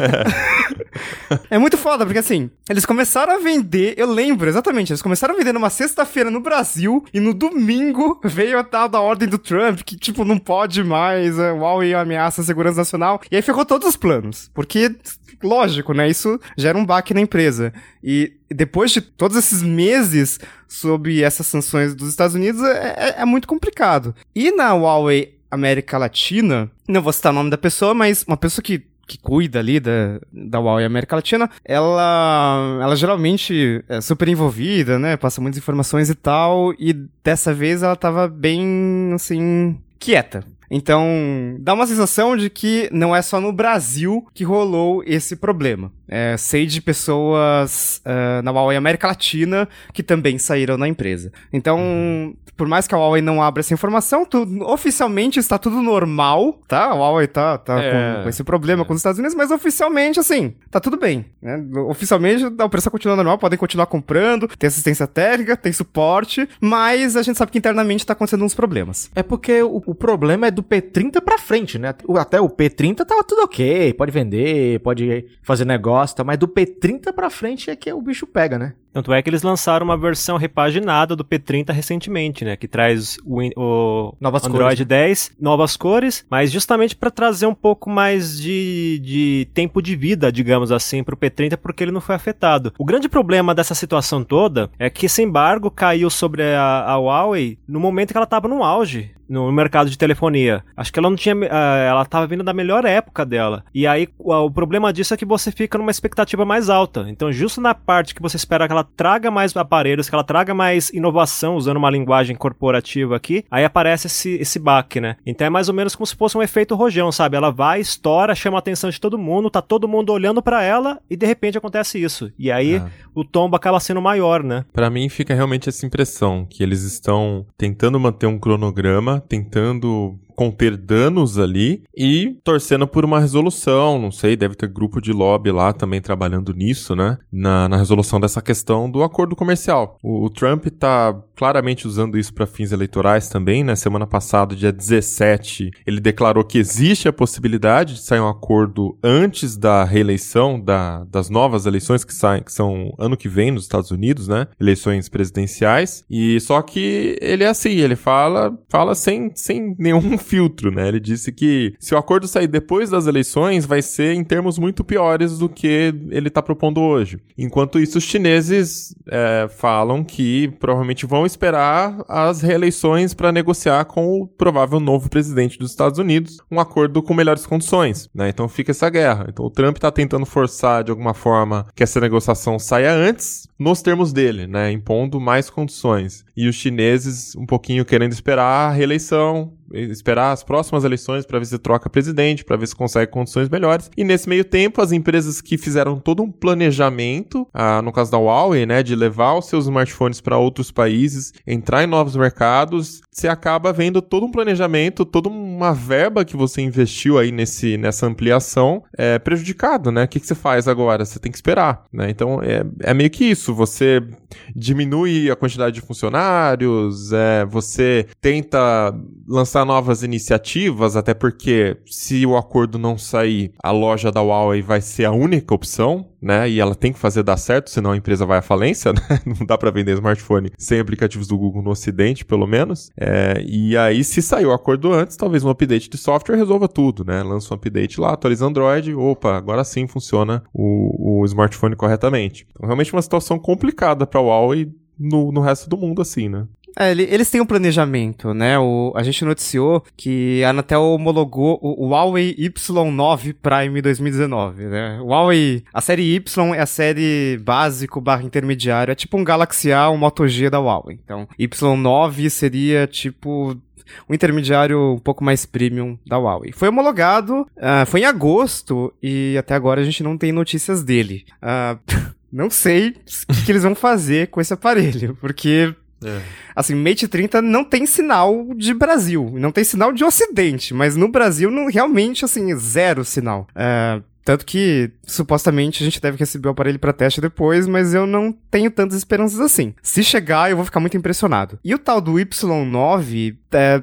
É muito foda, porque assim, eles começaram a vender, eu lembro exatamente, eles começaram a vender numa sexta-feira no Brasil e no domingo veio a tal da ordem do Trump, que tipo, não pode mais, a Huawei ameaça a segurança nacional. E aí ferrou todos os planos, porque, lógico, né, isso gera um baque na empresa. E depois de todos esses meses sob essas sanções dos Estados Unidos, é muito complicado. E na Huawei América Latina, não vou citar o nome da pessoa, mas uma pessoa que cuida ali da Huawei América Latina, ela geralmente é super envolvida, né, passa muitas informações e tal, e dessa vez ela tava bem, assim, quieta. Então, dá uma sensação de que não é só no Brasil que rolou esse problema. Sei de pessoas na Huawei América Latina que também saíram da empresa. Então, por mais que a Huawei não abra essa informação, oficialmente está tudo normal, tá? A Huawei tá com esse problema com os Estados Unidos, mas oficialmente, assim, tá tudo bem, né? Oficialmente, a operação continua normal, podem continuar comprando, tem assistência técnica, tem suporte, mas a gente sabe que internamente tá acontecendo uns problemas. É porque o problema é do P30 pra frente, né? Até o P30 tava tudo ok, pode vender, pode fazer negócio, mas do P30 pra frente é que o bicho pega, né? Tanto é que eles lançaram uma versão repaginada do P30 recentemente, né? Que traz o novas Android cores, 10, novas cores, mas justamente para trazer um pouco mais de tempo de vida, digamos assim, pro P30, porque ele não foi afetado. O grande problema dessa situação toda é que esse embargo caiu sobre a Huawei no momento que ela estava no auge no mercado de telefonia. Acho que ela não tinha... ela estava vindo da melhor época dela. E aí, o problema disso é que você fica numa expectativa mais alta. Então, justo na parte que você espera que ela traga mais aparelhos, que ela traga mais inovação, usando uma linguagem corporativa aqui, aí aparece esse baque, né? Então, é mais ou menos como se fosse um efeito rojão, sabe? Ela vai, estoura, chama a atenção de todo mundo, tá todo mundo olhando pra ela e, de repente, acontece isso. E aí, o tombo acaba sendo maior, né? Pra mim, fica realmente essa impressão que eles estão tentando manter um cronograma, tentando conter danos ali e torcendo por uma resolução, não sei, deve ter grupo de lobby lá também trabalhando nisso, né, na resolução dessa questão do acordo comercial. O Trump tá claramente usando isso para fins eleitorais também, né, semana passada, dia 17, ele declarou que existe a possibilidade de sair um acordo antes da reeleição, das novas eleições que são ano que vem nos Estados Unidos, né, eleições presidenciais, e só que ele é assim, ele fala sem nenhum filtro, né? Ele disse que se o acordo sair depois das eleições, vai ser em termos muito piores do que ele está propondo hoje. Enquanto isso, os chineses falam que provavelmente vão esperar as reeleições para negociar com o provável novo presidente dos Estados Unidos um acordo com melhores condições, né? Então fica essa guerra. Então o Trump está tentando forçar de alguma forma que essa negociação saia antes, nos termos dele, né? Impondo mais condições. E os chineses um pouquinho querendo esperar a reeleição, esperar as próximas eleições para ver se troca presidente, para ver se consegue condições melhores. E nesse meio tempo, as empresas que fizeram todo um planejamento, no caso da Huawei, né, de levar os seus smartphones para outros países, entrar em novos mercados, você acaba vendo todo um planejamento, toda uma verba que você investiu aí nessa ampliação prejudicado, né? O que você faz agora? Você tem que esperar, né? Então, é meio que isso. Você diminui a quantidade de funcionários, você tenta lançar novas iniciativas, até porque se o acordo não sair, a loja da Huawei vai ser a única opção, né? E ela tem que fazer dar certo, senão a empresa vai à falência, né? Não dá pra vender smartphone sem aplicativos do Google no Ocidente, pelo menos. E aí, se sair o acordo antes, talvez um update de software resolva tudo, né? Lança um update lá, atualiza Android, opa, agora sim funciona o smartphone corretamente. Então, realmente uma situação complicada pra Huawei no resto do mundo, assim, né? Eles têm um planejamento, né? A gente noticiou que a Anatel homologou o Huawei Y9 Prime 2019, né? O Huawei, a série Y é a série básico/intermediário, é tipo um Galaxy A, um Moto G da Huawei. Então, Y9 seria tipo um intermediário um pouco mais premium da Huawei. Foi homologado, foi em agosto e até agora a gente não tem notícias dele. Não sei o que eles vão fazer com esse aparelho, porque... Assim, Mate 30 não tem sinal de Brasil, não tem sinal de Ocidente, mas no Brasil realmente, assim, zero sinal. Tanto que, supostamente, a gente deve receber o aparelho pra teste depois, mas eu não tenho tantas esperanças assim. Se chegar, eu vou ficar muito impressionado. E o tal do Y9,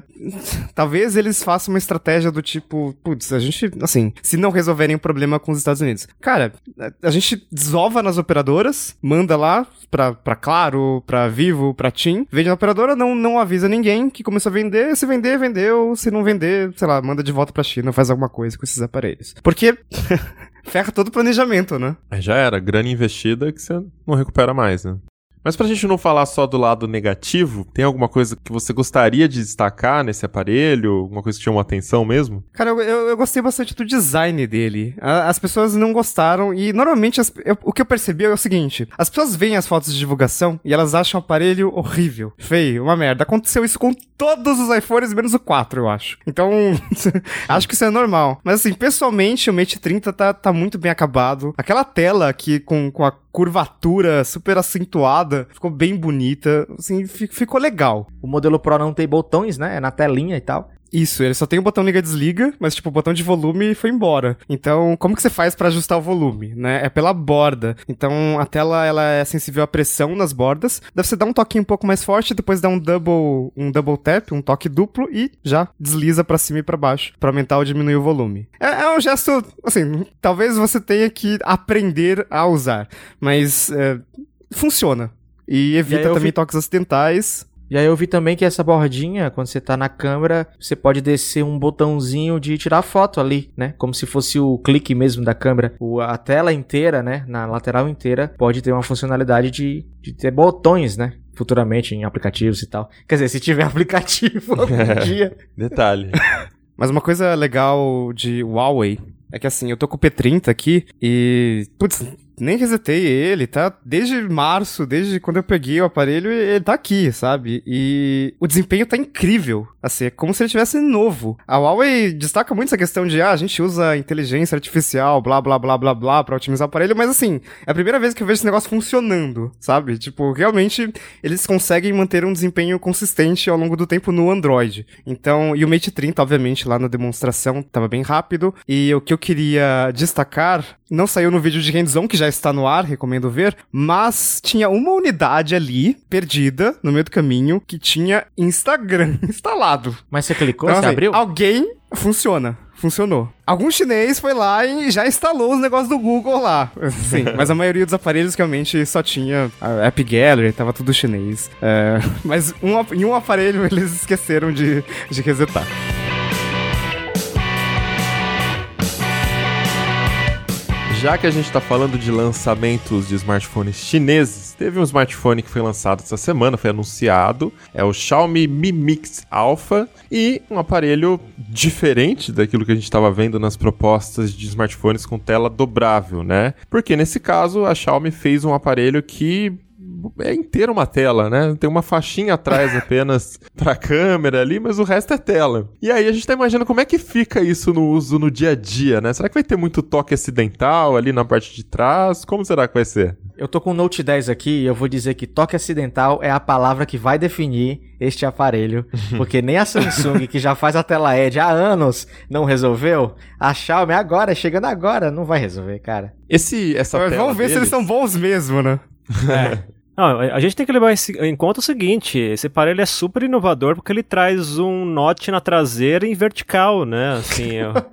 talvez eles façam uma estratégia do tipo, putz, a gente, assim, se não resolverem o problema com os Estados Unidos, cara, a gente desova nas operadoras, manda lá pra Claro, pra Vivo, pra TIM, vende na operadora, não avisa ninguém que começou a vender, se vender, vendeu, se não vender, sei lá, manda de volta pra China, faz alguma coisa com esses aparelhos. Porque... ferra todo o planejamento, né? Já era, grana investida que você não recupera mais, né? Mas pra gente não falar só do lado negativo, tem alguma coisa que você gostaria de destacar nesse aparelho? Alguma coisa que chamou a atenção mesmo? Cara, eu gostei bastante do design dele. As pessoas não gostaram e normalmente o que eu percebi é o seguinte, as pessoas veem as fotos de divulgação e elas acham o aparelho horrível, feio, uma merda. Aconteceu isso com todos os iPhones, menos o 4, eu acho. Então, acho que isso é normal. Mas assim, pessoalmente, o Mate 30 tá muito bem acabado. Aquela tela aqui com a curvatura super acentuada, ficou bem bonita, assim, ficou legal. O modelo Pro não tem botões, né? É na telinha e tal. Isso, ele só tem o botão liga-desliga, mas tipo, o botão de volume foi embora. Então, como que você faz pra ajustar o volume, né? É pela borda. Então, a tela, ela é sensível à pressão nas bordas. Deve você dar um toquinho um pouco mais forte, depois dar um double tap, um toque duplo e já desliza pra cima e pra baixo, pra aumentar ou diminuir o volume. É um gesto, assim, talvez você tenha que aprender a usar, mas funciona. E evita também toques acidentais. E aí eu vi também que essa bordinha, quando você tá na câmera, você pode descer um botãozinho de tirar foto ali, né? Como se fosse o clique mesmo da câmera. A tela inteira, né? Na lateral inteira, pode ter uma funcionalidade de ter botões, né? Futuramente em aplicativos e tal. Quer dizer, se tiver aplicativo algum dia. Detalhe. Mas uma coisa legal de Huawei é que assim, eu tô com o P30 aqui e... putz... nem resetei ele, tá? Desde março, desde quando eu peguei o aparelho, ele tá aqui, sabe? E o desempenho tá incrível. Assim, é como se ele tivesse novo. A Huawei destaca muito essa questão de, a gente usa inteligência artificial, blá, blá, blá, blá, blá, pra otimizar o aparelho, mas assim, é a primeira vez que eu vejo esse negócio funcionando, sabe? Tipo, realmente, eles conseguem manter um desempenho consistente ao longo do tempo no Android. Então, e o Mate 30, obviamente, lá na demonstração, tava bem rápido. E o que eu queria destacar, não saiu no vídeo de hands-on, que já está no ar, recomendo ver, mas tinha uma unidade ali, perdida, no meio do caminho, que tinha Instagram instalado. Mas você clicou, então, você assim, abriu? Alguém... Funcionou. Algum chinês foi lá e já instalou os negócios do Google lá. Sim, mas a maioria dos aparelhos realmente só tinha a App Gallery, tava tudo chinês. Mas em um aparelho eles esqueceram de resetar. Já que a gente tá falando de lançamentos de smartphones chineses, teve um smartphone que foi lançado essa semana, foi anunciado, é o Xiaomi Mi Mix Alpha, e um aparelho diferente daquilo que a gente estava vendo nas propostas de smartphones com tela dobrável, né? Porque nesse caso a Xiaomi fez um aparelho que é inteira uma tela, né? Tem uma faixinha atrás apenas pra câmera ali, mas o resto é tela. E aí a gente tá imaginando como é que fica isso no uso no dia a dia, né? Será que vai ter muito toque acidental ali na parte de trás? Como será que vai ser? Eu tô com o Note 10 aqui e eu vou dizer que toque acidental é a palavra que vai definir este aparelho, porque nem a Samsung, que já faz a tela Edge há anos, não resolveu, a Xiaomi agora, chegando agora, não vai resolver, cara. Essa Mas tela vamos ver se eles são bons mesmo, né? Não, a gente tem que levar em conta o seguinte, esse aparelho é super inovador porque ele traz um notch na traseira em vertical, né? Assim,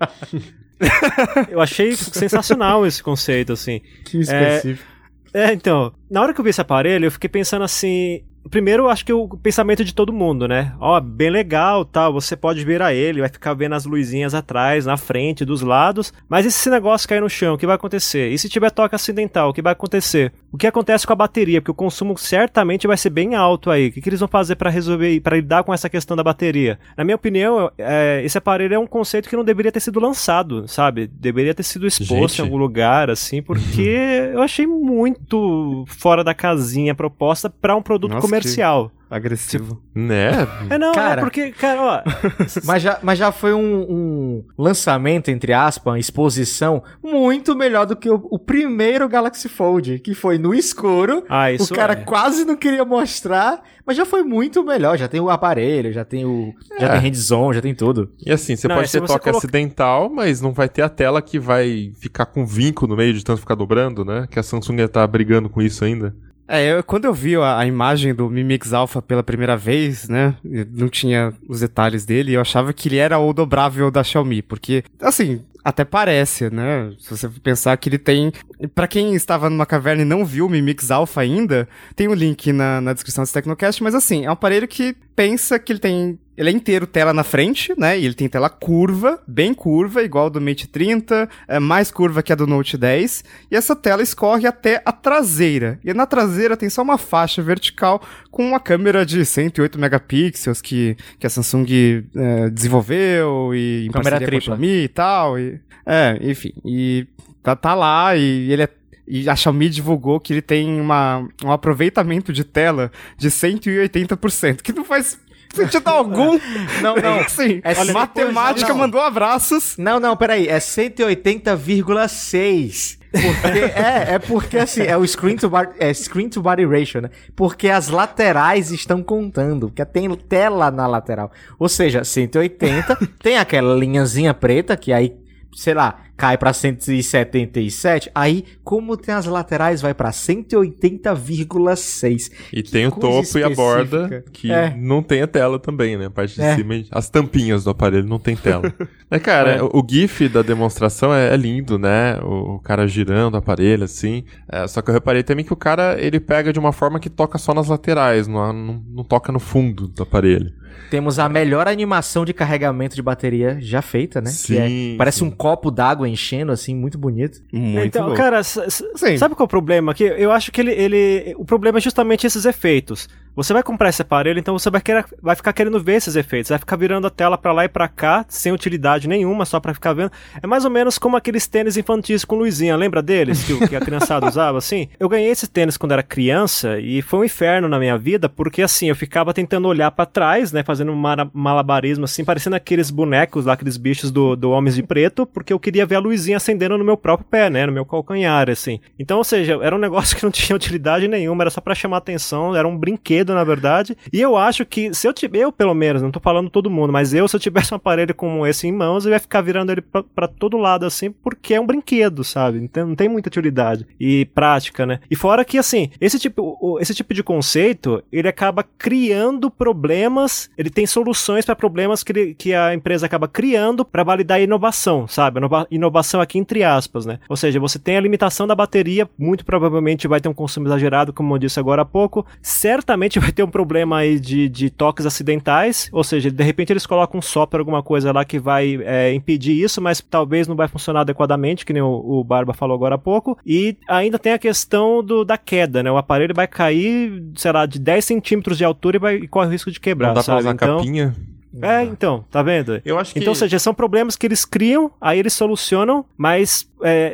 eu achei sensacional esse conceito, assim. Que específico. Então, na hora que eu vi esse aparelho, eu fiquei pensando assim... Primeiro, eu acho que o pensamento de todo mundo, né? Ó, bem legal, tal, você pode virar ele, vai ficar vendo as luzinhas atrás, na frente, dos lados, mas e se esse negócio cair no chão, o que vai acontecer? E se tiver toque acidental, o que vai acontecer? O que acontece com a bateria? Porque o consumo certamente vai ser bem alto aí. O que eles vão fazer para resolver, para lidar com essa questão da bateria? Na minha opinião, esse aparelho é um conceito que não deveria ter sido lançado, sabe? Deveria ter sido exposto em algum lugar, assim, porque eu achei muito fora da casinha a proposta para um produto comercial. Agressivo. Né? Não, cara, porque, cara, ó... mas já foi um lançamento, entre aspas, exposição, muito melhor do que o primeiro Galaxy Fold, que foi no escuro, isso o cara quase não queria mostrar, mas já foi muito melhor, já tem o aparelho, já tem tem hands-on, já tem tudo. E assim, você pode ter toque acidental, mas não vai ter a tela que vai ficar com vinco no meio de tanto ficar dobrando, né? Que a Samsung ia estar brigando com isso ainda. Quando eu vi a imagem do Mi Mix Alpha pela primeira vez, né, eu não tinha os detalhes dele, eu achava que ele era o dobrável da Xiaomi, porque, assim, até parece, né, se você pensar que ele tem... Pra quem estava numa caverna e não viu o Mi Mix Alpha ainda, tem um link na descrição desse Tecnocast, mas assim, é um aparelho que pensa que ele é inteiro tela na frente, né? E ele tem tela curva, bem curva, igual do Mate 30, mais curva que a do Note 10. E essa tela escorre até a traseira. E na traseira tem só uma faixa vertical com uma câmera de 108 megapixels que a Samsung desenvolveu e em câmera parceria com a tripla. Xiaomi e tal. Enfim. E tá lá e ele E a Xiaomi divulgou que ele tem um aproveitamento de tela de 180%, que não faz sentido algum. Não. Assim, Olha, matemática não. mandou abraços. Não, peraí. É 180,6. Porque assim, é o screen to body ratio, né? Porque as laterais estão contando, porque tem tela na lateral. Ou seja, 180, tem aquela linhazinha preta que aí, sei lá, cai pra 177, aí, como tem as laterais, vai pra 180,6. E tem o topo e a borda, que não tem a tela também, né? A parte de cima, as tampinhas do aparelho não tem tela. Mas, cara, o GIF da demonstração é lindo, né? O cara girando o aparelho, assim. Só que eu reparei também que o cara, ele pega de uma forma que toca só nas laterais, não toca no fundo do aparelho. Temos a melhor animação de carregamento de bateria já feita, né? Sim. Parece um copo d'água enchendo, assim, muito bonito. Muito então, louco. cara, sabe qual é o problema? Que eu acho que o problema é justamente esses efeitos. Você vai comprar esse aparelho, então você vai ficar querendo ver esses efeitos. Vai ficar virando a tela pra lá e pra cá, sem utilidade nenhuma, só pra ficar vendo. É mais ou menos como aqueles tênis infantis com luzinha. Lembra deles? Que a criançada usava, assim? Eu ganhei esse tênis quando era criança e foi um inferno na minha vida, porque assim, eu ficava tentando olhar pra trás, né? Fazendo um malabarismo, assim, parecendo aqueles bonecos lá, aqueles bichos do Homens de Preto, porque eu queria ver a luzinha acendendo no meu próprio pé, né? No meu calcanhar, assim. Então, ou seja, era um negócio que não tinha utilidade nenhuma, era só pra chamar atenção, era um brinquedo, na verdade. E eu acho que, eu pelo menos, não tô falando todo mundo, mas se eu tivesse um aparelho como esse em mãos, eu ia ficar virando ele pra todo lado, assim, porque é um brinquedo, sabe? Então, não tem muita utilidade e prática, né? E fora que, assim, esse tipo de conceito, ele acaba criando problemas, ele tem soluções para problemas que a empresa acaba criando para validar a inovação, sabe? Inovação aqui entre aspas, né? Ou seja, você tem a limitação da bateria, muito provavelmente vai ter um consumo exagerado, como eu disse agora há pouco, certamente vai ter um problema aí de toques acidentais, ou seja, de repente eles colocam um software, alguma coisa lá que vai impedir isso, mas talvez não vai funcionar adequadamente, que nem o Barba falou agora há pouco, e ainda tem a questão da queda, né? O aparelho vai cair, sei lá, de 10 centímetros de altura e corre o risco de quebrar, não dá sabe? pra usar capinha? Então, tá vendo? Eu acho que... Então, ou seja, são problemas que eles criam, aí eles solucionam, mas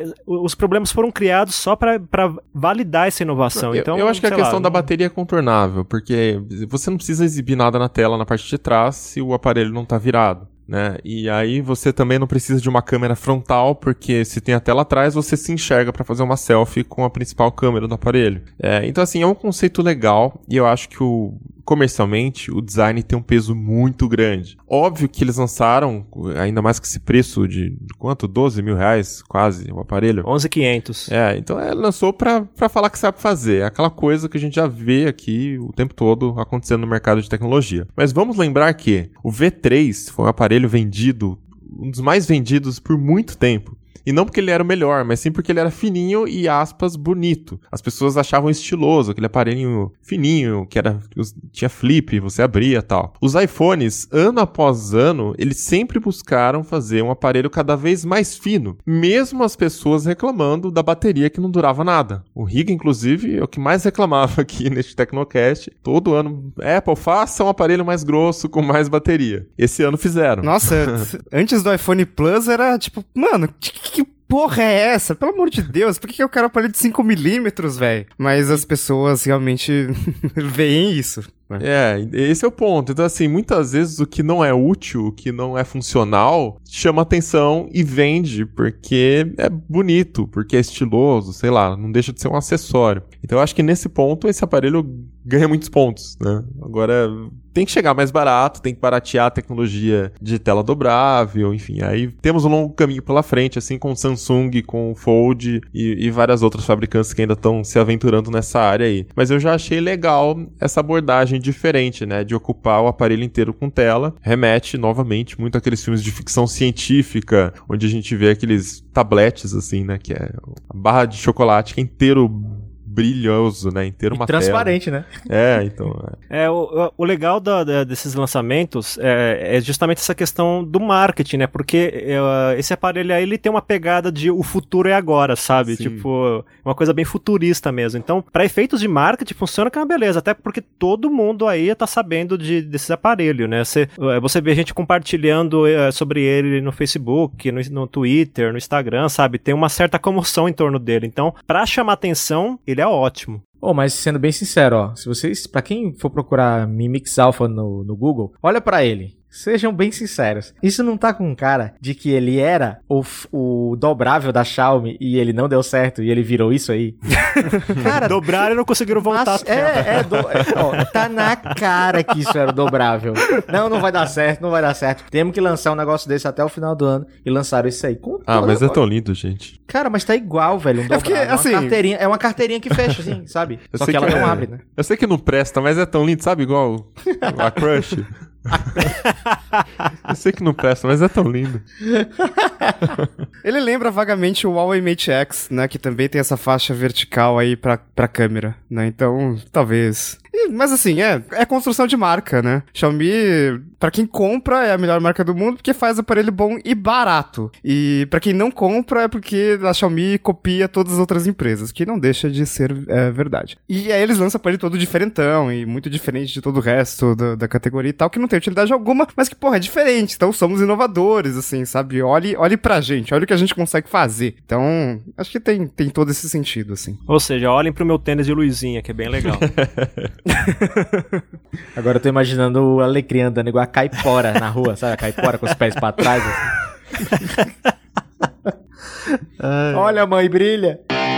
os problemas foram criados só pra validar essa inovação. Então, eu acho que a questão da bateria é contornável, porque você não precisa exibir nada na tela na parte de trás se o aparelho não tá virado, né? E aí você também não precisa de uma câmera frontal, porque se tem a tela atrás, você se enxerga para fazer uma selfie com a principal câmera do aparelho. Então assim, é um conceito legal e eu acho que comercialmente, o design tem um peso muito grande. Óbvio que eles lançaram, ainda mais com esse preço de quanto? 12 mil reais, quase, o aparelho. 11.500. Então lançou pra falar que sabe fazer. É aquela coisa que a gente já vê aqui o tempo todo acontecendo no mercado de tecnologia. Mas vamos lembrar que o V3 foi um aparelho vendido, um dos mais vendidos por muito tempo. E não porque ele era o melhor, mas sim porque ele era fininho e, aspas, bonito. As pessoas achavam estiloso, aquele aparelhinho fininho, tinha flip, você abria e tal. Os iPhones, ano após ano, eles sempre buscaram fazer um aparelho cada vez mais fino, mesmo as pessoas reclamando da bateria que não durava nada. O Riga, inclusive, é o que mais reclamava aqui neste Tecnocast. Todo ano, Apple, faça um aparelho mais grosso, com mais bateria. Esse ano fizeram. Nossa, antes do iPhone Plus era tipo, mano, que porra é essa? Pelo amor de Deus, por que eu quero um aparelho de 5mm, velho? Mas as pessoas realmente veem isso. Esse é o ponto. Então, assim, muitas vezes o que não é útil, o que não é funcional, chama atenção e vende, porque é bonito, porque é estiloso, sei lá, não deixa de ser um acessório. Então, eu acho que nesse ponto, esse aparelho ganha muitos pontos, né? Agora, tem que chegar mais barato, tem que baratear a tecnologia de tela dobrável, enfim, aí temos um longo caminho pela frente, assim, com o Samsung, com o Fold e várias outras fabricantes que ainda estão se aventurando nessa área aí. Mas eu já achei legal essa abordagem diferente, né, de ocupar o aparelho inteiro com tela. Remete, novamente, muito àqueles filmes de ficção científica, onde a gente vê aqueles tabletes, assim, né, que é a barra de chocolate que é inteiro brilhoso, né? Inteiro uma transparente, tela. Né? Então... O legal desses lançamentos é justamente essa questão do marketing, né? Porque esse aparelho aí, ele tem uma pegada de o futuro é agora, sabe? Sim. Tipo, uma coisa bem futurista mesmo. Então, para efeitos de marketing, funciona que é uma beleza. Até porque todo mundo aí tá sabendo desses aparelhos, né? Você vê gente compartilhando sobre ele no Facebook, no Twitter, no Instagram, sabe? Tem uma certa comoção em torno dele. Então, pra chamar atenção, ele é ótimo. Mas sendo bem sincero, se vocês, pra quem for procurar Mi Mix Alpha no Google, olha pra ele. Sejam bem sinceros. Isso não tá com cara de que ele era o dobrável da Xiaomi e ele não deu certo e ele virou isso aí? Cara, dobraram e não conseguiram voltar. Tá na cara que isso era o dobrável. Não vai dar certo. Temos que lançar um negócio desse até o final do ano e lançaram isso aí. Mas é tão lindo, gente. Cara, mas tá igual, velho, um dobrável. Porque, assim... É uma carteirinha que fecha, assim, sabe? Só que ela não abre, né? Eu sei que não presta, mas é tão lindo, sabe? Igual a Crush. Eu sei que não presta, mas é tão lindo. Ele lembra vagamente o Huawei Mate X, né? Que também tem essa faixa vertical aí pra câmera, né? Então, talvez... Mas assim, é construção de marca, né? Xiaomi, pra quem compra, é a melhor marca do mundo porque faz aparelho bom e barato. E pra quem não compra é porque a Xiaomi copia todas as outras empresas, que não deixa de ser verdade. E aí eles lançam aparelho todo diferentão e muito diferente de todo o resto da categoria e tal, que não tem utilidade alguma, mas que, porra, é diferente. Então somos inovadores, assim, sabe? Olhe pra gente, olha o que a gente consegue fazer. Então, acho que tem todo esse sentido, assim. Ou seja, olhem pro meu tênis de luzinha, que é bem legal. Agora eu tô imaginando o Alecrim andando igual a caipora na rua, sabe? A caipora com os pés pra trás. Assim. Olha, mãe, brilha.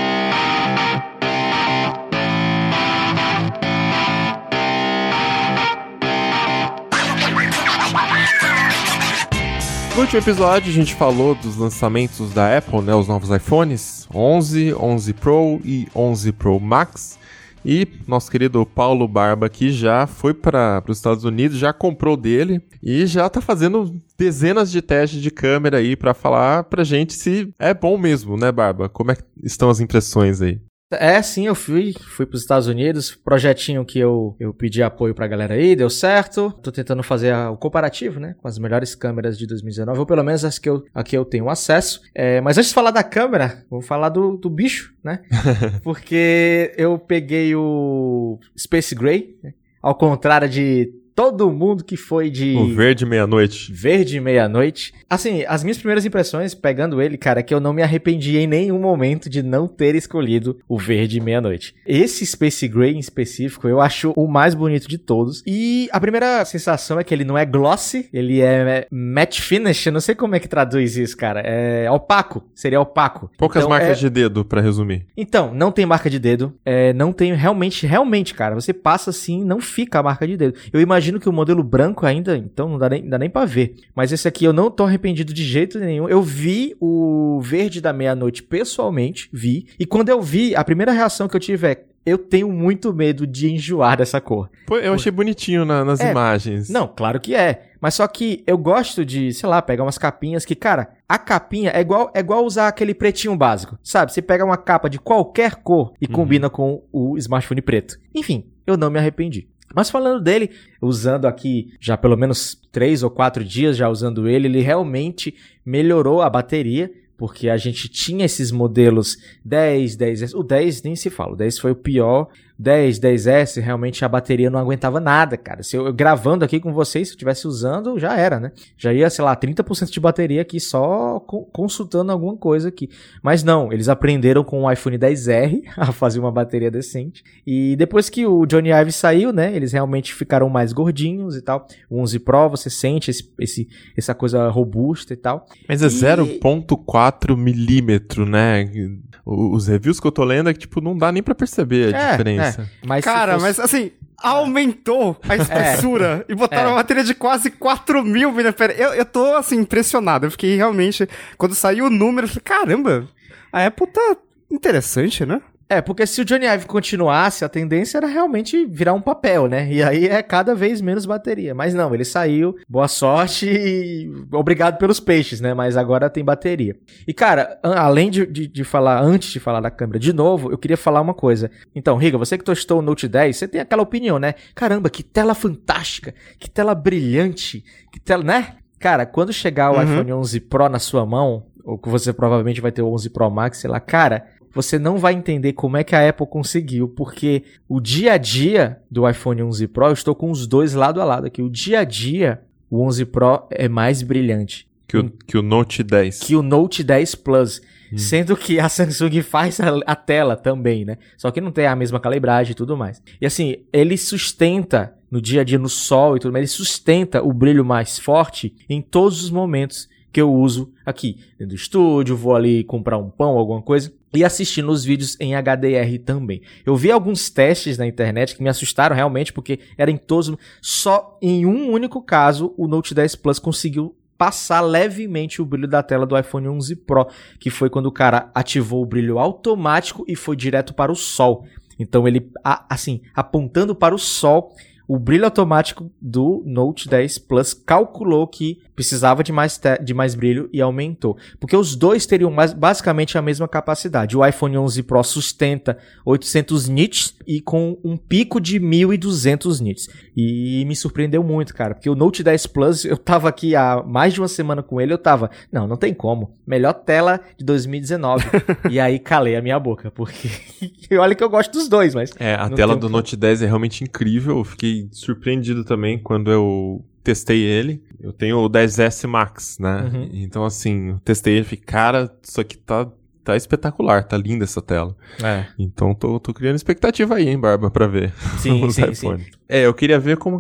No último episódio a gente falou dos lançamentos da Apple, né? Os novos iPhones 11, 11 Pro e 11 Pro Max. E nosso querido Paulo Barba aqui já foi para os Estados Unidos, já comprou dele e já tá fazendo dezenas de testes de câmera aí para falar pra gente se é bom mesmo, né, Barba? Como é que estão as impressões aí? Sim, eu fui pros Estados Unidos, projetinho que eu pedi apoio pra galera aí, deu certo. Tô tentando fazer o comparativo, né, com as melhores câmeras de 2019, ou pelo menos as que eu tenho acesso. Mas antes de falar da câmera, vou falar do bicho, né, porque eu peguei o Space Gray, né? Ao contrário de todo mundo que foi de... O verde meia-noite. Verde meia-noite. Assim, as minhas primeiras impressões pegando ele, cara, é que eu não me arrependi em nenhum momento de não ter escolhido o verde meia-noite. Esse Space Gray em específico, eu acho o mais bonito de todos. E a primeira sensação é que ele não é glossy, ele é matte finish, eu não sei como é que traduz isso, cara. É opaco, seria opaco. Poucas então, marcas de dedo, pra resumir. Então, não tem marca de dedo, não tem realmente, cara, você passa assim, não fica a marca de dedo. Eu imagino que o modelo branco ainda, então não dá nem pra ver. Mas esse aqui eu não tô arrependido de jeito nenhum. Eu vi o verde da meia-noite pessoalmente, e quando eu vi, a primeira reação que eu tive é: eu tenho muito medo de enjoar dessa cor. Pô, eu achei bonitinho nas imagens. Não, claro que é. Mas só que eu gosto de, sei lá, pegar umas capinhas que, cara, a capinha é igual usar aquele pretinho básico, sabe? Você pega uma capa de qualquer cor e combina com o smartphone preto. Enfim, eu não me arrependi. Mas falando dele, usando aqui já pelo menos 3 ou 4 dias já usando ele realmente melhorou a bateria. Porque a gente tinha esses modelos 10, 10S. O 10 nem se fala, o 10 foi o pior. 10, 10S, realmente a bateria não aguentava nada, cara. Se eu gravando aqui com vocês, se eu estivesse usando, já era, né? Já ia, sei lá, 30% de bateria aqui só consultando alguma coisa aqui. Mas não, eles aprenderam com o iPhone XR a fazer uma bateria decente. E depois que o Jony Ive saiu, né? Eles realmente ficaram mais gordinhos e tal. O 11 Pro, você sente essa coisa robusta e tal. Mas é 0.4 milímetro, né? Os reviews que eu tô lendo é que, tipo, não dá nem pra perceber a diferença. Mas cara, mas assim, aumentou a espessura e botaram uma bateria de quase 4.000 mAh. Eu tô, assim, impressionado. Eu fiquei realmente... Quando saiu o número, eu falei, caramba, a Apple tá interessante, né? Porque se o Jony Ive continuasse, a tendência era realmente virar um papel, né? E aí é cada vez menos bateria. Mas não, ele saiu, boa sorte e obrigado pelos peixes, né? Mas agora tem bateria. E cara, além de falar, antes de falar da câmera de novo, eu queria falar uma coisa. Então, Riga, você que testou o Note 10, você tem aquela opinião, né? Caramba, que tela fantástica, que tela brilhante, que tela, né? Cara, quando chegar o iPhone 11 Pro na sua mão, ou que você provavelmente vai ter o 11 Pro Max, sei lá, cara... Você não vai entender como é que a Apple conseguiu, porque o dia a dia do iPhone 11 Pro, eu estou com os dois lado a lado aqui. O dia a dia, o 11 Pro é mais brilhante. Que o Note 10. Que o Note 10 Plus. Sendo que a Samsung faz a tela também, né? Só que não tem a mesma calibragem e tudo mais. E assim, ele sustenta, no dia a dia, no sol e tudo mais, ele sustenta o brilho mais forte em todos os momentos que eu uso aqui. Dentro do estúdio, vou ali comprar um pão, alguma coisa. E assistindo os vídeos em HDR também. Eu vi alguns testes na internet que me assustaram realmente, porque era em todos... Só em um único caso, o Note 10 Plus conseguiu passar levemente o brilho da tela do iPhone 11 Pro, que foi quando o cara ativou o brilho automático e foi direto para o sol. Então ele, assim, apontando para o sol... O brilho automático do Note 10 Plus calculou que precisava de mais brilho e aumentou. Porque os dois teriam basicamente a mesma capacidade. O iPhone 11 Pro sustenta 800 nits e com um pico de 1.200 nits. E me surpreendeu muito, cara. Porque o Note 10 Plus, eu tava aqui há mais de uma semana com ele, eu tava... Não tem como. Melhor tela de 2019. E aí calei a minha boca, porque... Olha que eu gosto dos dois, mas... A tela do Note 10 é realmente incrível. Eu fiquei surpreendido também quando eu testei ele. Eu tenho o 10S Max, né? Então, assim, eu testei ele e fiquei, cara, isso aqui tá espetacular, tá linda essa tela. Então, tô criando expectativa aí, hein, Barba, pra ver. Sim. Eu queria ver como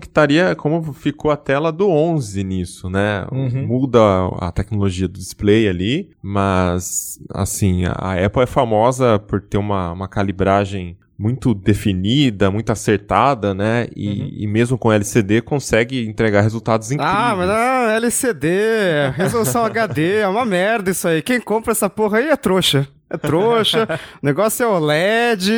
ficou a tela do 11 nisso, né? Muda a tecnologia do display ali, mas, assim, a Apple é famosa por ter uma calibragem muito definida, muito acertada, né? E mesmo com LCD consegue entregar resultados incríveis. Mas não, LCD, resolução HD, é uma merda isso aí. Quem compra essa porra aí é trouxa. É trouxa, o negócio é OLED,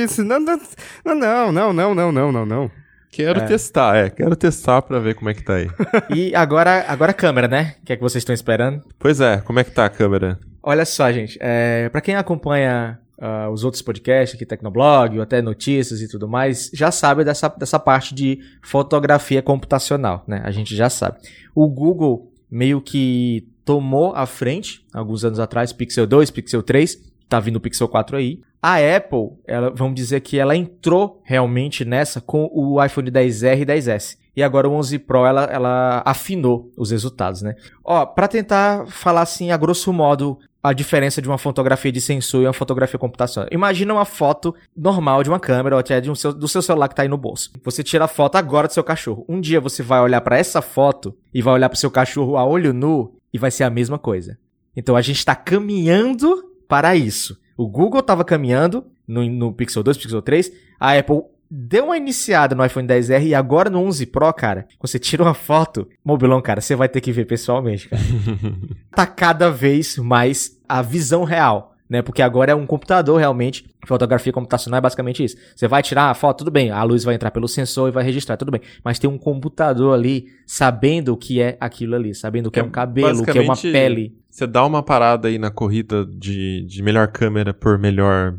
não. Quero testar pra ver como é que tá aí. E agora a câmera, né? O que é que vocês estão esperando? Pois é, como é que tá a câmera? Olha só, gente, pra quem acompanha os outros podcasts aqui, Tecnoblog, ou até notícias e tudo mais, já sabe dessa parte de fotografia computacional, né? A gente já sabe. O Google meio que tomou a frente, alguns anos atrás, Pixel 2, Pixel 3, tá vindo o Pixel 4 aí. A Apple, vamos dizer que ela entrou realmente nessa com o iPhone XR e XS. e agora o 11 Pro ela afinou os resultados, né? Ó, pra tentar falar assim, a grosso modo, a diferença de uma fotografia de sensor e uma fotografia computacional. Imagina uma foto normal de uma câmera ou até do seu celular que tá aí no bolso. Você tira a foto agora do seu cachorro. Um dia você vai olhar pra essa foto e vai olhar pro seu cachorro a olho nu e vai ser a mesma coisa. Então a gente tá caminhando para isso. O Google tava caminhando no Pixel 2, Pixel 3, a Apple deu uma iniciada no iPhone XR e agora no 11 Pro, cara, você tira uma foto, Mobilon, cara, você vai ter que ver pessoalmente, cara. Tá cada vez mais a visão real, né? Porque agora é um computador realmente. Fotografia computacional é basicamente isso. Você vai tirar a foto, tudo bem, a luz vai entrar pelo sensor e vai registrar, tudo bem. Mas tem um computador ali sabendo o que é aquilo ali, sabendo o que é um cabelo, o que é uma pele. Você dá uma parada aí na corrida de melhor câmera por melhor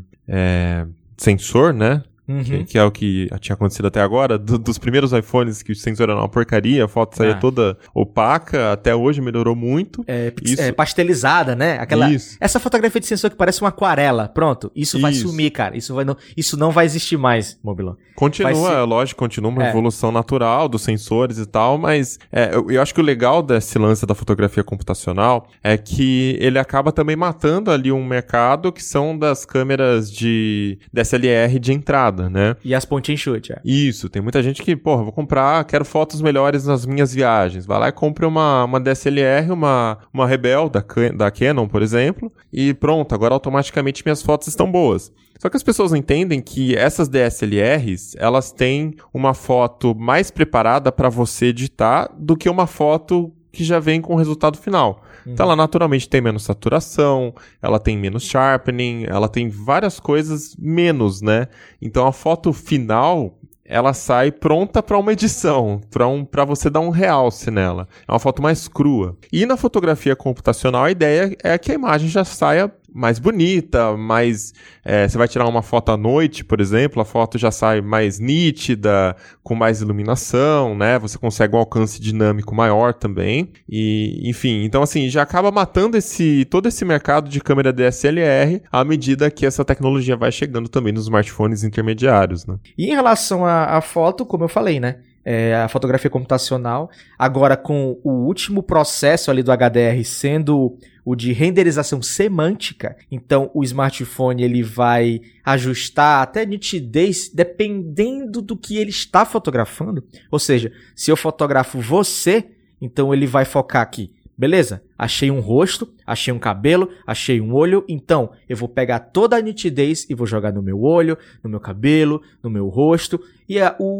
sensor, né? Uhum. Que é o que tinha acontecido até agora, dos primeiros iPhones que o sensor era uma porcaria, a foto saía toda opaca, até hoje melhorou muito. Pastelizada, né? Essa fotografia de sensor que parece uma aquarela, pronto, isso vai sumir, cara, isso não vai existir mais, Mobilon. Continua, lógico, continua uma evolução natural dos sensores e tal, mas eu acho que o legal desse lance da fotografia computacional é que ele acaba também matando ali um mercado que são das câmeras de DSLR de entrada, né? E as pontinhas chute, Isso, tem muita gente que, vou comprar, quero fotos melhores nas minhas viagens. Vai lá e compra uma DSLR, uma Rebel da Canon, por exemplo, e pronto, agora automaticamente minhas fotos estão boas. Só que as pessoas não entendem que essas DSLRs, elas têm uma foto mais preparada para você editar do que uma foto que já vem com o resultado final. Então ela naturalmente tem menos saturação, ela tem menos sharpening, ela tem várias coisas menos, né? Então a foto final, ela sai pronta para uma edição, para você dar um realce nela. É uma foto mais crua. E na fotografia computacional a ideia é que a imagem já saia mais bonita, mais... você vai tirar uma foto à noite, por exemplo, a foto já sai mais nítida, com mais iluminação, né? Você consegue um alcance dinâmico maior também. E, enfim, então assim, já acaba matando todo esse mercado de câmera DSLR à medida que essa tecnologia vai chegando também nos smartphones intermediários, né? E em relação à foto, como eu falei, né? A fotografia computacional, agora com o último processo ali do HDR sendo o de renderização semântica, então o smartphone ele vai ajustar até nitidez dependendo do que ele está fotografando. Ou seja, se eu fotografo você, então ele vai focar aqui. Beleza, achei um rosto, achei um cabelo, achei um olho, então eu vou pegar toda a nitidez e vou jogar no meu olho, no meu cabelo, no meu rosto, e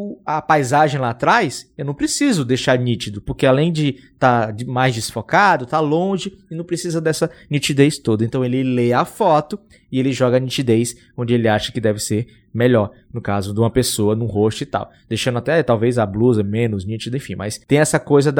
a paisagem lá atrás eu não preciso deixar nítido, porque além de estar mais desfocado, tá longe e não precisa dessa nitidez toda. Então ele lê a foto e ele joga a nitidez onde ele acha que deve ser melhor, no caso de uma pessoa, no rosto e tal, deixando até talvez a blusa menos nítida, enfim, mas tem essa coisa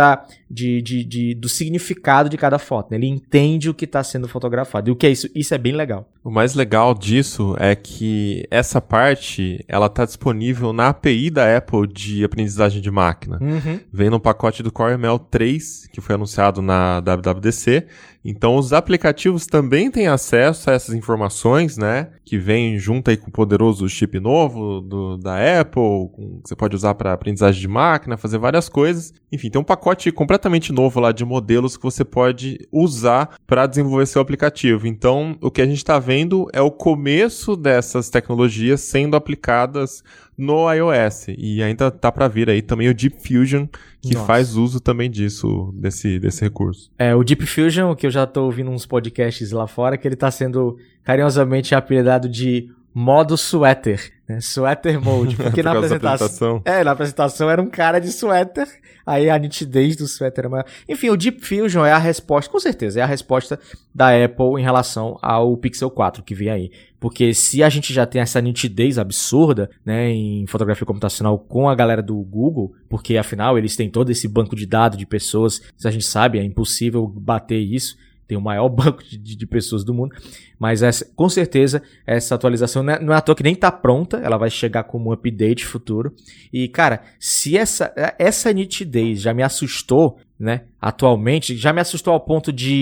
do significado de cada foto, né? Ele entende o que está sendo fotografado, e o que é isso? Isso é bem legal. O mais legal disso é que essa parte, ela está disponível na API da Apple de aprendizagem de máquina. Vem no pacote do Core ML 3, que foi anunciado na WWDC. Então os aplicativos também têm acesso a essas informações, né? Que vem junto aí com o poderoso chip novo da Apple, que você pode usar para aprendizagem de máquina, fazer várias coisas. Enfim, tem um pacote completamente novo lá de modelos que você pode usar para desenvolver seu aplicativo. Então, o que a gente está vendo é o começo dessas tecnologias sendo aplicadas no iOS. E ainda tá para vir aí também o Deep Fusion, que faz uso também desse recurso. O Deep Fusion, que eu já tô ouvindo uns podcasts lá fora, que ele tá sendo carinhosamente apelidado de modo suéter, né? Suéter mode, porque na apresentação era um cara de suéter, aí a nitidez do suéter era maior. Enfim, o Deep Fusion é a resposta, com certeza, é a resposta da Apple em relação ao Pixel 4 que vem aí. Porque se a gente já tem essa nitidez absurda, né, em fotografia computacional com a galera do Google, porque afinal eles têm todo esse banco de dados de pessoas, a gente sabe, é impossível bater isso, tem o maior banco de pessoas do mundo, mas com certeza essa atualização não é à toa que nem tá pronta, ela vai chegar como um update futuro. E cara, se essa nitidez já me assustou, né, atualmente, já me assustou ao ponto de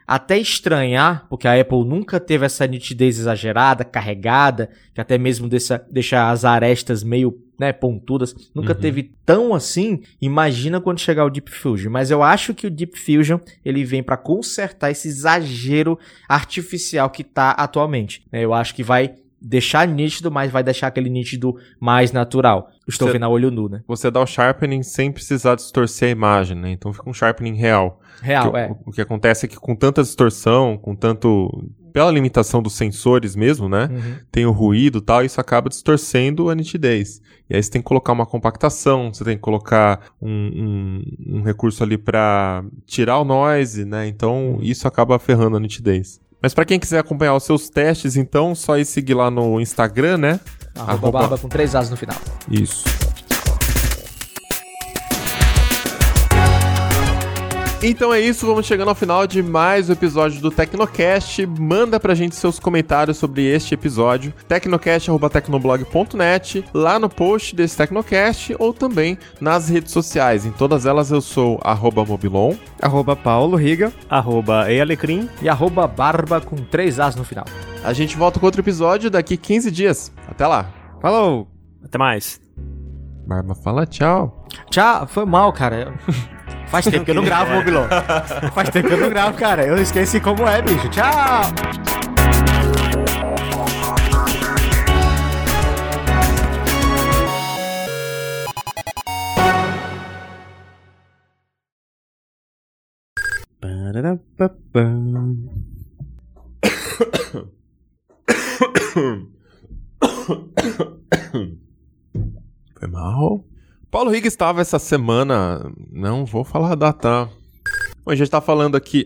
até estranhar, porque a Apple nunca teve essa nitidez exagerada, carregada, que até mesmo deixa as arestas meio, né, pontudas, nunca teve tão assim. Imagina quando chegar o Deep Fusion. Mas eu acho que o Deep Fusion, ele vem para consertar esse exagero artificial que tá atualmente. Eu acho que vai deixar nítido, mas vai deixar aquele nítido mais natural. Estou vendo a olho nu, né? Você dá o sharpening sem precisar distorcer a imagem, né? Então fica um sharpening real. O que acontece é que com tanta distorção, pela limitação dos sensores mesmo, né? Tem o ruído e tal, isso acaba distorcendo a nitidez. E aí você tem que colocar uma compactação, você tem que colocar um recurso ali para tirar o noise, né? Então isso acaba ferrando a nitidez. Mas para quem quiser acompanhar os seus testes, então, só ir seguir lá no Instagram, né? @barba com 3 As no final. Isso. Então é isso, vamos chegando ao final de mais um episódio do Tecnocast. Manda pra gente seus comentários sobre este episódio, tecnocast@tecnoblog.net, lá no post desse Tecnocast ou também nas redes sociais. Em todas elas eu sou @mobilon, @Paulo Riga, @ealecrim e @barba com 3 As no final. A gente volta com outro episódio daqui 15 dias. Até lá. Falou! Até mais. Barba fala tchau. Tchau, foi mal, cara. Faz tempo que eu não gravo, Mobilon. Faz tempo que eu não gravo, cara. Eu esqueci como é, bicho. Tchau! Foi mal? Paulo Riga estava essa semana... Não vou falar a data. Bom, a gente tá falando aqui...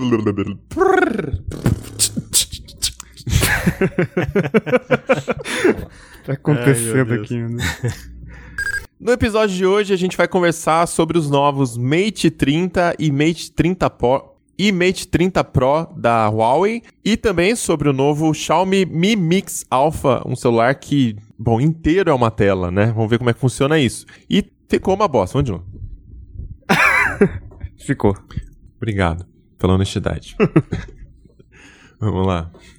Tá acontecendo aqui, né? No episódio de hoje, a gente vai conversar sobre os novos Mate 30 e Mate 30 Pro da Huawei e também sobre o novo Xiaomi Mi Mix Alpha, um celular que, bom, inteiro é uma tela, né? Vamos ver como é que funciona isso. E ficou uma bosta, vamos de novo. Ficou. Obrigado pela honestidade. Vamos lá.